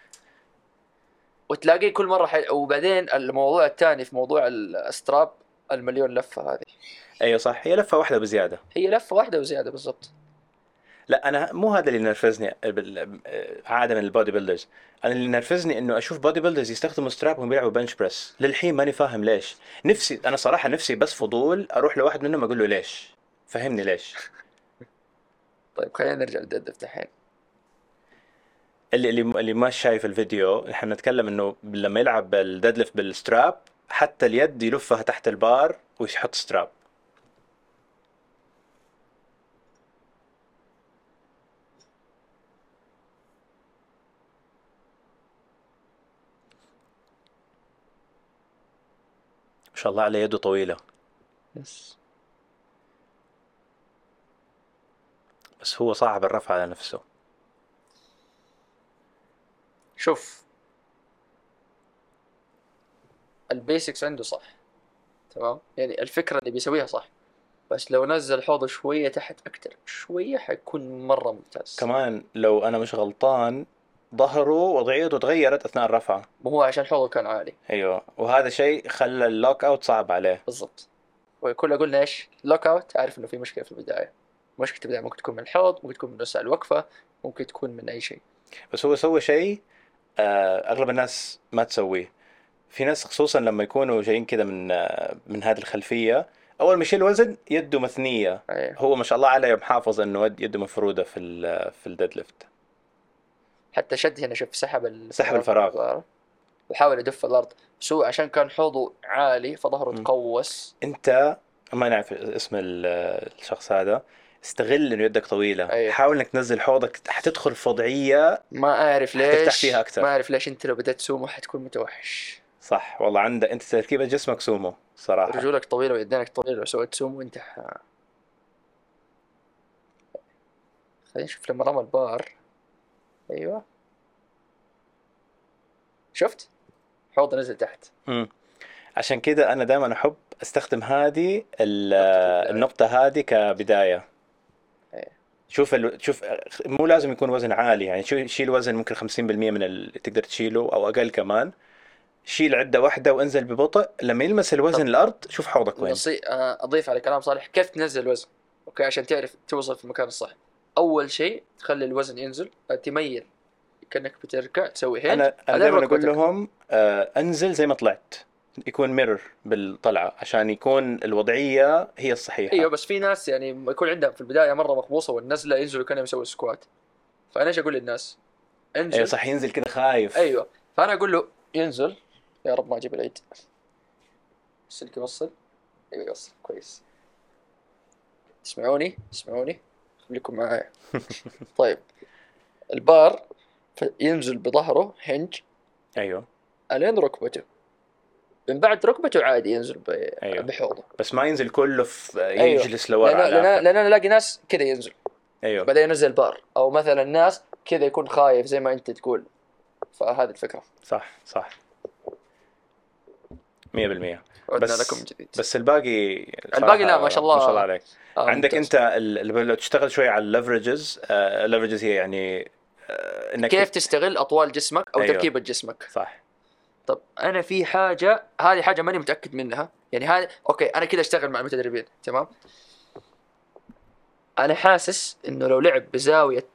وتلاقيه كل مرة وبعدين الموضوع الثاني في موضوع الاستراب، المليون لفة هذه. ايوه صح، هي لفة واحدة بزيادة. هي لفة واحدة وزيادة بالضبط. لا انا مو هذا اللي نرفزني عاده من البودي بيلدرز. انا اللي نرفزني انه اشوف بودي بيلدرز يستخدموا ستراب وهم بيلعبوا بنش بريس. للحين ماني فاهم ليش. نفسي انا صراحه، نفسي بس فضول اروح لواحد منهم اقول له ليش، فهمني ليش. طيب خلينا نرجع للديد الحين. اللي ما شايف الفيديو، احنا نتكلم انه لما يلعب الديدليفت بالستراب حتى اليد يلفها تحت البار ويحط ستراب. ما شاء الله على يده طويله. يس. بس هو صعب الرفع على نفسه. شوف، البيسكس عنده صح، تمام، يعني الفكرة اللي بيسويها صح، بس لو نزل حوضه شوية تحت أكتر شوية حيكون مرة ممتاز. كمان لو انا مش غلطان ظهره وضعيته تغيرت اثناء الرفعه. مو هو عشان حوضه كان عالي. ايوه، وهذا شيء خلى اللوك اوت صعب عليه. بالضبط. وكل قلنا إيش لوك أوت، عارف إنه في مشكلة في البداية. مشكلة البداية ممكن تكون من الحوض، ممكن تكون من نص الوقفة، ممكن تكون من أي شيء. بس هو سوى شيء اغلب الناس ما تسويه. في ناس خصوصا لما يكونوا جايين كده من هذه الخلفيه، اول ما يشيل وزن يده مثنيه. أيه. هو ما شاء الله عليه محافظ انه يده مفروده في الديد ليفت. حتى شد هنا، شوف سحب سحب الفراغ. وحاول يدف الأرض، بس هو عشان كان حوضه عالي فظهره م. تقوس. انت ما نعرف اسم الشخص هذا، استغل انه يدك طويله، أيه. حاول انك تنزل حوضك حتدخل في وضعيه ما أعرف حترتاح فيها ليش، اكثر. ما أعرف ليش أنت لو بدأت سومو حتكون متوحش. صح والله، عندك انت تركيبه جسمك سومو صراحه. رجولك طويلة ويدينك طويلة، لو سويت سومو أنت خلينا نشوف لما رمى البار. أيوة، شفت حوض نزل تحت. مم. عشان كده انا دائما احب استخدم هذه نقطة البداية. النقطة هذه كبداية. أيه. شوف مو لازم يكون وزن عالي، يعني شيل وزن ممكن 50% من اللي تقدر تشيله او اقل كمان. شيل عدة واحدة وانزل ببطء، لما يلمس الوزن طب الارض شوف حوضك وين. اضيف على كلام صالح كيف تنزل الوزن. اوكي، عشان تعرف توصل في المكان الصح، اول شيء تخلي الوزن ينزل، تميل كأنك بتركع، تسوي هينج انا لين دائما اقول ركبتك. لهم انزل زي ما طلعت، يكون ميرور بالطلعة عشان يكون الوضعية هي ايوه، الصحيحة. بس في ناس يعني يكون عندهم في البدايه مره مخبوصه، والنزله ينزلوا كانوا يسوي سكوات. فانا ايش اقول للناس؟ ايوه انزل. صح، ينزل كذا خايف. ايوه، فانا اقول له ينزل. يا رب ما اجيب العيد. السلك يوصل. ايوه يوصل كويس. تسمعوني خليكم معايا. طيب، البار ينزل بظهره هنج ايوه الين ركبته، من بعد ركبته عادي ينزل ايوه، بحوضه. بس ما ينزل كله في ايوه، يجلس لورا على الاخر. لان انا الاقي ناس كذا ينزل ايوه بعدين ينزل بار، او مثلا ناس كذا يكون خايف زي ما انت تقول. فهذه الفكره. صح صح 100%. عدنا لكم من بس جديد. بس الباقي الباقي لا، ما صراحة شاء ما شاء الله الله. عليك. عندك ممتاز. انت لو تشتغل شوي على الليفرجز. الليفرجز هي يعني انك كيف تستغل اطوال جسمك او ايوه تركيبه جسمك. صح. طب انا في حاجه، هذه حاجه ماني متاكد منها، يعني هذه اوكي انا كذا اشتغل مع المتدربين تمام. انا حاسس انه لو لعب بزاويه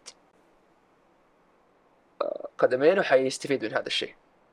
قدمينه حيستفيد من هذا الشيء.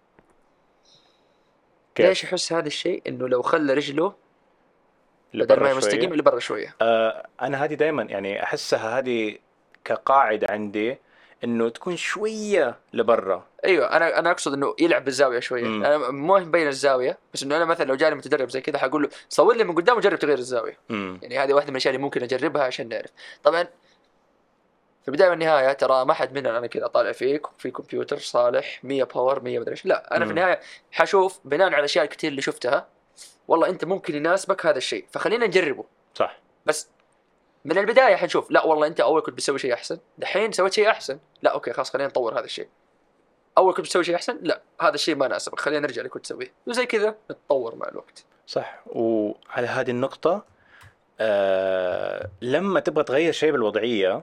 ليش كيف احس هذا الشيء؟ انه لو خلى رجله بدل لبرا ما هي مستقيم شوية. اللي برا شويه. انا هذه دائما يعني احسها هذه كقاعدة عندي، انه تكون شوية لبرا. ايوه، انا اقصد انه يلعب بالزاويه شويه. امم انا مو مبين الزاويه، بس انه انا مثلا لو جاني متدرب زي كذا حقول له صور لي من قدام وجرب تغير الزاويه. امم يعني هذه واحده من الاشياء اللي ممكن اجربها عشان نعرف. طبعا في البدايه والنهايه ترى ما حد مننا، انا كذا طالع فيك في كمبيوتر صالح 100 باور 100 مدري ايش، لا انا في امم النهايه حشوف بناء على الاشياء الكثير اللي شفتها، والله انت ممكن يناسبك هذا الشيء فخلينا نجربه. صح بس من البدايه حنشوف، لا والله انت اول كنت بتسوي شيء احسن، دحين سويت شيء احسن، لا اوكي خلاص خلينا نطور هذا الشيء. اول كنت بتسوي شيء احسن، لا هذا الشيء ما ناسبك خلينا نرجع اللي كنت تسويه، وزي كذا نتطور مع الوقت. صح. وعلى هذه النقطة لما تبغى تغير شيء بالوضعية،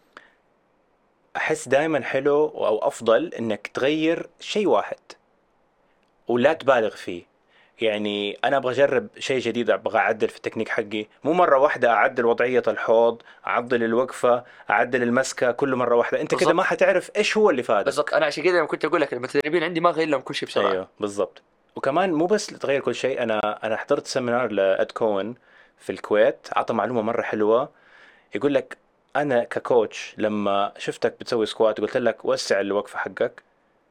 أحس دائما حلو أو أفضل إنك تغير شيء واحد ولا تبالغ فيه. يعني أنا أبغى أجرب شيء جديد، أبغى أعدل في التكنيك حقي، مو مرة واحدة أعدل وضعية الحوض، أعدل الوقفة، أعدل المسكة كل مرة واحدة. أنت كده ما بالضبط. حتعرف إيش هو اللي بالضبط، فادك. انا عشان كذا لما كنت اقول لك المتدربين عندي ما غير لهم كل شيء بسرعه. أيوه بالضبط. وكمان مو بس تغير كل شيء. أنا حضرت سيمينار لأد كوين في الكويت، عطى معلومة مرة حلوة. يقول لك انا ككوتش لما شفتك بتسوي سكوات قلت لك وسع الوقفه حقك،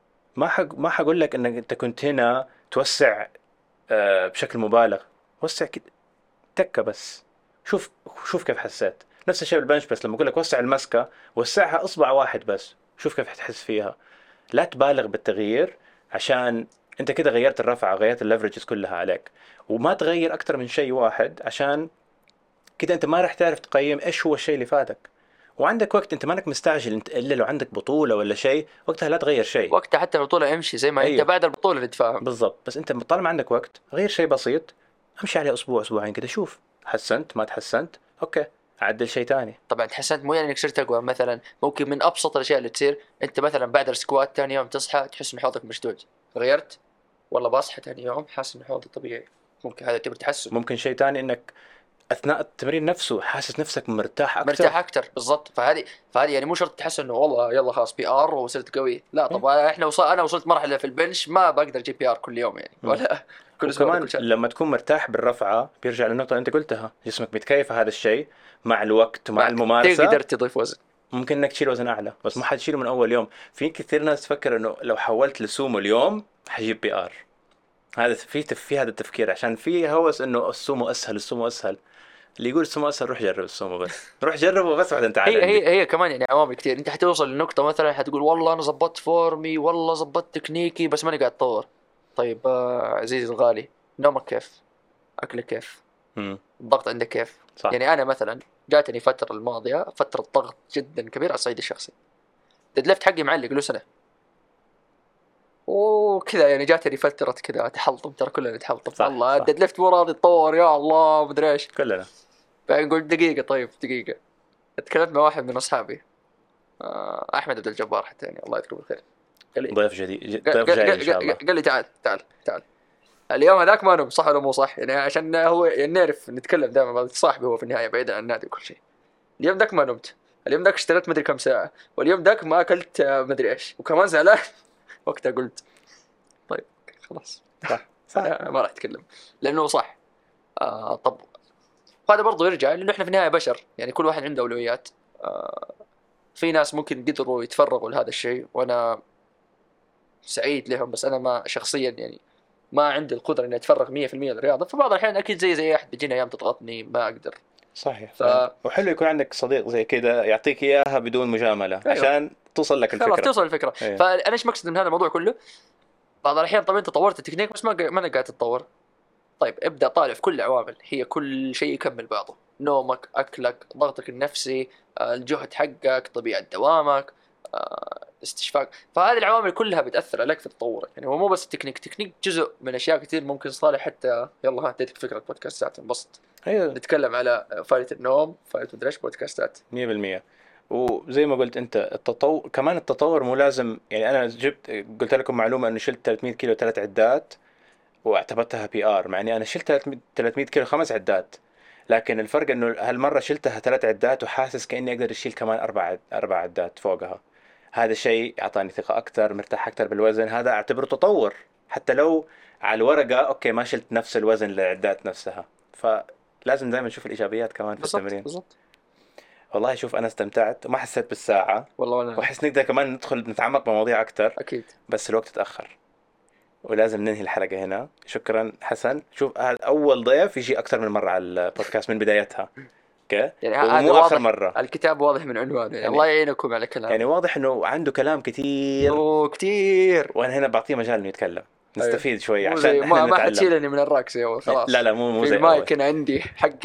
ما حقول لك انك انت كنت هنا توسع بشكل مبالغ. وسع كده تكه بس. شوف شوف كيف حسيت. نفس الشيء بالبنش، بس لما اقول لك وسع المسكه وسعها اصبع واحد بس، شوف كيف حتحس فيها. لا تبالغ بالتغيير، عشان انت كده غيرت الرفعه، غيرت الليفرجز كلها عليك. وما تغير اكتر من شيء واحد، عشان كده انت ما راح تعرف تقيم ايش هو الشيء اللي فاتك. وعندك وقت، انت مانك مستعجل. انت الا لو عندك بطولة ولا شيء وقتها لا تغير شيء. وقتها حتى البطوله امشي زي ما انت، ايوه بعد البطوله نتفاهم. بالضبط. بس انت طالما عندك وقت غير شيء بسيط، امشي عليه اسبوع اسبوعين كده، شوف حسنت ما تحسنت اوكي عدل شيء تاني. طبعا تحسنت مو يعني انك صرت اقوى، مثلا ممكن من ابسط الاشياء اللي تصير انت مثلا بعد السكوات ثاني يوم تصحى تحس ان حوضك مشدود، غيرت، والله بصحى ثاني يوم حاسس ان حوضي طبيعي، ممكن هذا يعتبر تحسن. ممكن شيء تاني انك اثناء التمرين نفسه حاسس نفسك مرتاح مرتاح اكتر. اكثر، بالضبط. فهذه يعني مو شرط تحس انه والله يلا خلاص بي ار وصرت قوي، لا إيه؟ طبعا احنا انا وصلت مرحله في البنش ما بقدر اجيب بي ار كل يوم يعني، مم. ولا كل اسبوع ولا وكمان كل شهر. لما تكون مرتاح بالرفعة بيرجع للنقطة اللي انت قلتها، جسمك متكيف هذا الشيء مع الوقت ومع معك الممارسة. تقدر تضيف وزن. ممكن انك تشيل وزن اعلى، بس ما حتشيله من اول يوم. في كثير ناس تفكر انه لو حولت لسومو اليوم حجيب بي ار. هذا في هذا التفكير، عشان في هوس انه السومو اسهل، السومو اسهل. اللي يقول السومو اسهل روح جرب السومو بس، روح جربه بس بعدين تعال هي عندي. هي هي كمان يعني عوامل كثير، انت حتوصل لنقطه مثلا حتقول والله انا ظبطت فورمي والله ظبطت تكنيكي بس ماني قاعد اتطور. طيب عزيزي الغالي، نومك كيف؟ اكلك كيف؟ امم الضغط عندك كيف؟ صح يعني انا مثلا جاتني فتره الماضيه فتره ضغط جدا كبير على الصعيد الشخصي، ديد حقي معلق له سنه وكذا، يعني جاتني فتره كذا تحلطم، ترى كلنا نتحلطم صح والله صح الديد مو راضي يتطور يا الله مدري ايش. كلنا. بعدين نقول دقيقه، طيب دقيقه، تكلمت مع واحد من اصحابي، احمد عبد الجبار حتى، يعني الله يذكره بالخير. قال لي ضيف جديد، ضيف جاي ان شاء الله. قال لي تعال اليوم هذاك ما نم صح ولا مو صح، يعني عشان هو يعني نعرف نتكلم دائما مع صاحبي، هو في النهايه بعيد عن النادي وكل شيء. اليوم ذاك ما نمت، اليوم ذاك اشتغلت مدري كم ساعه، واليوم ذاك ما اكلت مدري ايش، وكمان زعلان. وقتها قلت طيب خلاص، صح أنا ما راح اتكلم لانه صح. طب وهذا برضو يرجع لانه احنا في النهايه بشر، يعني كل واحد عنده اولويات. في ناس ممكن قدروا يتفرغوا لهذا الشيء وانا سعيد لهم، بس انا ما شخصيا يعني ما عندي القدره اني اتفرغ 100% للرياضه. فبعض الاحيان اكيد زي اي احد بيجينا ايام تضغطني ما اقدر. صحيح. ف وحلو يكون عندك صديق زي كذا يعطيك اياها بدون مجامله، أيوه. عشان توصل لك خلاص الفكره. توصل الفكره. أيوه. فانا ايش مقصد من هذا الموضوع كله؟ بعض الاحيان طبعا انت طورت التكنيك بس ما انا قاعد تتطور. طيب ابدا طالع في كل العوامل، هي كل شيء يكمل بعضه، نومك، اكلك، ضغطك النفسي، الجهد حقك، طبيعه دوامك، استشفاك. فهذه العوامل كلها بتاثر عليك في تطورك. يعني هو مو بس التكنيك جزء من اشياء كثير. ممكن صالح حتى يلا اديتك فكره بودكاستات انبسط، ايوه نتكلم على فائده النوم، فائده مدري ايش، بودكاستات 100%. وزي ما قلت انت، التطور كمان، التطور مو لازم. يعني انا قلت لكم معلومه انه شلت 300 كيلو 3 عدات واعتبرتها PR، مع اني انا شلت 300 كيلو 5 عدات. لكن الفرق انه هالمره شلتها 3 عدات وحاسس كاني اقدر اشيل كمان 4 عدات فوقها. هذا الشيء اعطاني ثقه اكثر، مرتاح اكثر بالوزن. هذا اعتبره تطور، حتى لو على الورقه اوكي ما شلت نفس الوزن للعدات نفسها. فلازم دائما نشوف الايجابيات كمان في التمرين. بالضبط. والله شوف انا استمتعت وما حسيت بالساعه، والله انا واحس نقدر كمان ندخل نتعمق بمواضيع اكثر، اكيد. بس الوقت تاخر ولازم ننهي الحلقة هنا. شكرا حسن. شوف هذا أول ضيف يجي أكثر من مرة على البودكاست من بدايتها. اوكي، يعني هذا ومو آخر واضح، مرة. الكتاب واضح من عنوانه. يعني الله يعينكم على كلام. يعني واضح إنه عنده كلام كتير، كتير. وأنا هنا بعطيه مجال إنه يتكلم، نستفيد شوي مو عشان زي إحنا ما نتعلم. حتشيلني من الراكس يا أول، خلاص. لا مو في زي المايك أول. أنا عندي حقي.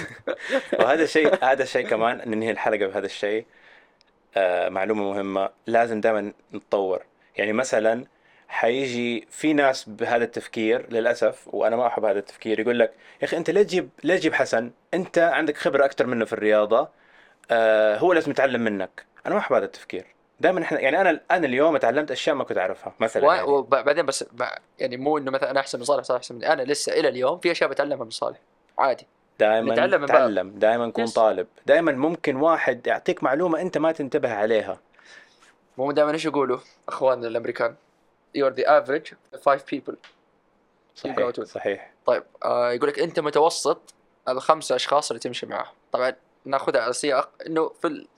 هذا الشيء كمان ننهي الحلقة بهذا الشيء. معلومة مهمة، لازم دائما نتطور. يعني مثلا حيجي في ناس بهذا التفكير للأسف، وأنا ما أحب هذا التفكير، يقول لك يا أخي أنت ليه تجيب حسن؟ أنت عندك خبرة أكتر منه في الرياضة، هو لازم يتعلم منك. أنا ما أحب هذا التفكير. دائما إحنا، يعني أنا اليوم تعلمت أشياء ما كنت أعرفها مثلا. يعني وبعدين بس يعني مو إنه مثلا أنا أحسن من صالح أحسن من أنا لسه إلى اليوم في أشياء بتعلمها من صالح عادي. دائما نتعلم من بعض. تعلم، دائما كون Yes. طالب. دائما ممكن واحد يعطيك معلومة أنت ما تنتبه عليها. مو دائما إيش يقولوا أخواننا الأمريكان؟ You are the average of 5 people. صحيح. طيب يقول لك أنت متوسط ال5 أشخاص اللي تمشي معه. طبعا ناخذها على سياق إنه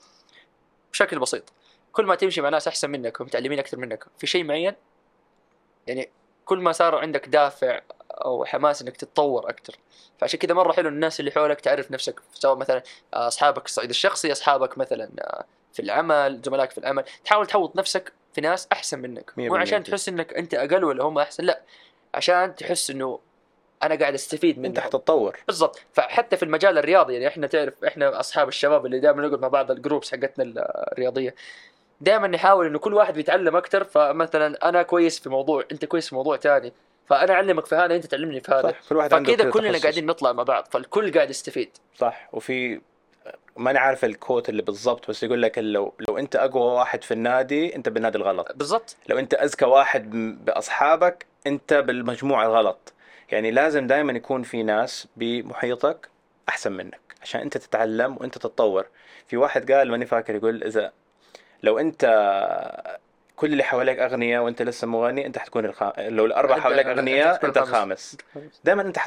بشكل بسيط، كل ما تمشي مع ناس أحسن منك ومتعلمين أكثر منك في شيء معين، يعني كل ما صار عندك دافع أو حماس إنك تتطور أكثر. فعشان كذا مرة حلو الناس اللي حولك تعرف نفسك، سواء مثلا أصحابك الصعيد الشخصي، أصحابك مثلا في العمل، زملائك في العمل، تحاول تحوط نفسك في ناس أحسن منك، مو عشان تحس إنك أنت أقل ولا هم أحسن، لا عشان تحس إنه أنا قاعد أستفيد منك، أنت حتتطور. بالضبط. فحتى في المجال الرياضي، يعني إحنا تعرف إحنا أصحاب الشباب اللي دائما نقعد مع بعض الجروبس حقتنا الرياضية، دائما نحاول إنه كل واحد بيتعلم أكتر. فمثلا أنا كويس في موضوع، أنت كويس في موضوع تاني، فأنا أعلمك في هذا، أنت تعلمني في هذا. صح. كل واحد عنده فكذا كلنا تخصص. قاعدين نطلع مع بعض، فالكل قاعد يستفيد. صح. وفي ما أنا عارف الكوت اللي بالضبط، بس يقول لك لو أنت أقوى واحد في النادي أنت بالنادي الغلط. بالضبط. لو أنت أذكى واحد بأصحابك أنت بالمجموعة الغلط. يعني لازم دائما يكون في ناس بمحيطك أحسن منك عشان أنت تتعلم وأنت تتطور. في واحد قال، ماني فاكر، يقول إذا لو أنت كل اللي حواليك أغنياء وأنت لسه مو غني، أنت حتكون لو الأربعة حواليك أغنياء أنت الخامس. دائما أنت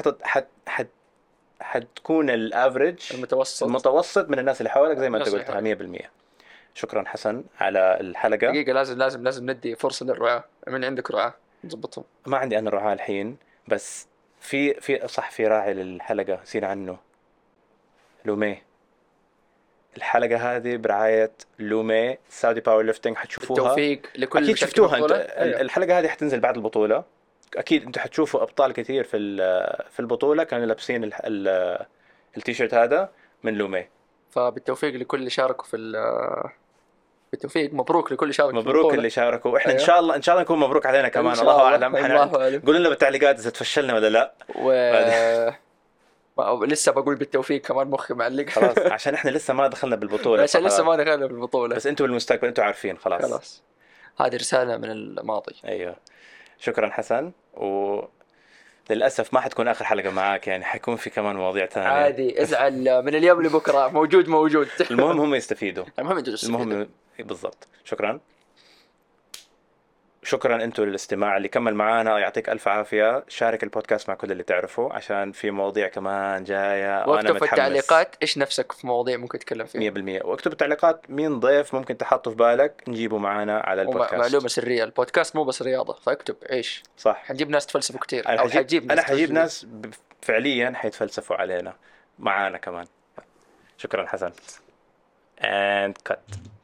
حتكون الافريج، المتوسط من الناس اللي حولك، زي ما انت قلتها 100%. شكرا حسن على الحلقه. دقيقه لازم ندي فرصه للرعاة. من عندك رعاة نضبطهم؟ ما عندي انا رعاة الحين، بس في راعي للحلقه نسينا عنه، لومي. الحلقه هذه برعايه لومي سعودي باور ليفتنج، حتشوفوها. بالتوفيق لكل اكيد شفتوها انت. أيوة. الحلقه هذه حتنزل بعد البطوله، اكيد انتم حتشوفوا ابطال كثير في البطوله كانوا لابسين التيشيرت هذا من لومي. فبالتوفيق لكل اللي شاركوا بالتوفيق، مبروك لكل اللي شاركوا. مبروك اللي شاركوا. احنا أيوة. ان شاء الله نكون مبروك علينا كمان. الله اعلم. الله أعلم. قولوا لنا بالتعليقات اذا تفشلنا ولا لا. لسه بقول بالتوفيق كمان، مخي معلق. خلاص عشان احنا لسه ما دخلنا بالبطولة، عشان لسه فخلاص. ما دخلنا في البطولة. بس انتوا بالمستقبل انتوا عارفين خلاص. خلاص، هذه رسالة من الماضي. ايوه. شكرا حسن، وللاسف ما حتكون اخر حلقة معاك، يعني حيكون في كمان مواضيع ثانية. عادي، ازعل من اليوم لبكرة، موجود. المهم هم يستفيدوا. المهم انتوا تستفيدوا. المهم بالضبط. شكرا انتوا للاستماع. اللي كمل معانا يعطيك الف عافيه. شارك البودكاست مع كل اللي تعرفه، عشان في مواضيع كمان جايه وانا واكتب في متحمس. التعليقات ايش نفسك في مواضيع ممكن تتكلم فيها. 100%. واكتب التعليقات مين ضيف ممكن تحطه في بالك نجيبه معانا على البودكاست. معلومة سرية، البودكاست مو بس رياضة، فاكتب ايش. صح. حنجيب ناس تفلسفوا كتير، انا او حجيب حجيب ناس فعليا حيتفلسفوا علينا معانا كمان. شكرا حسن. and cut.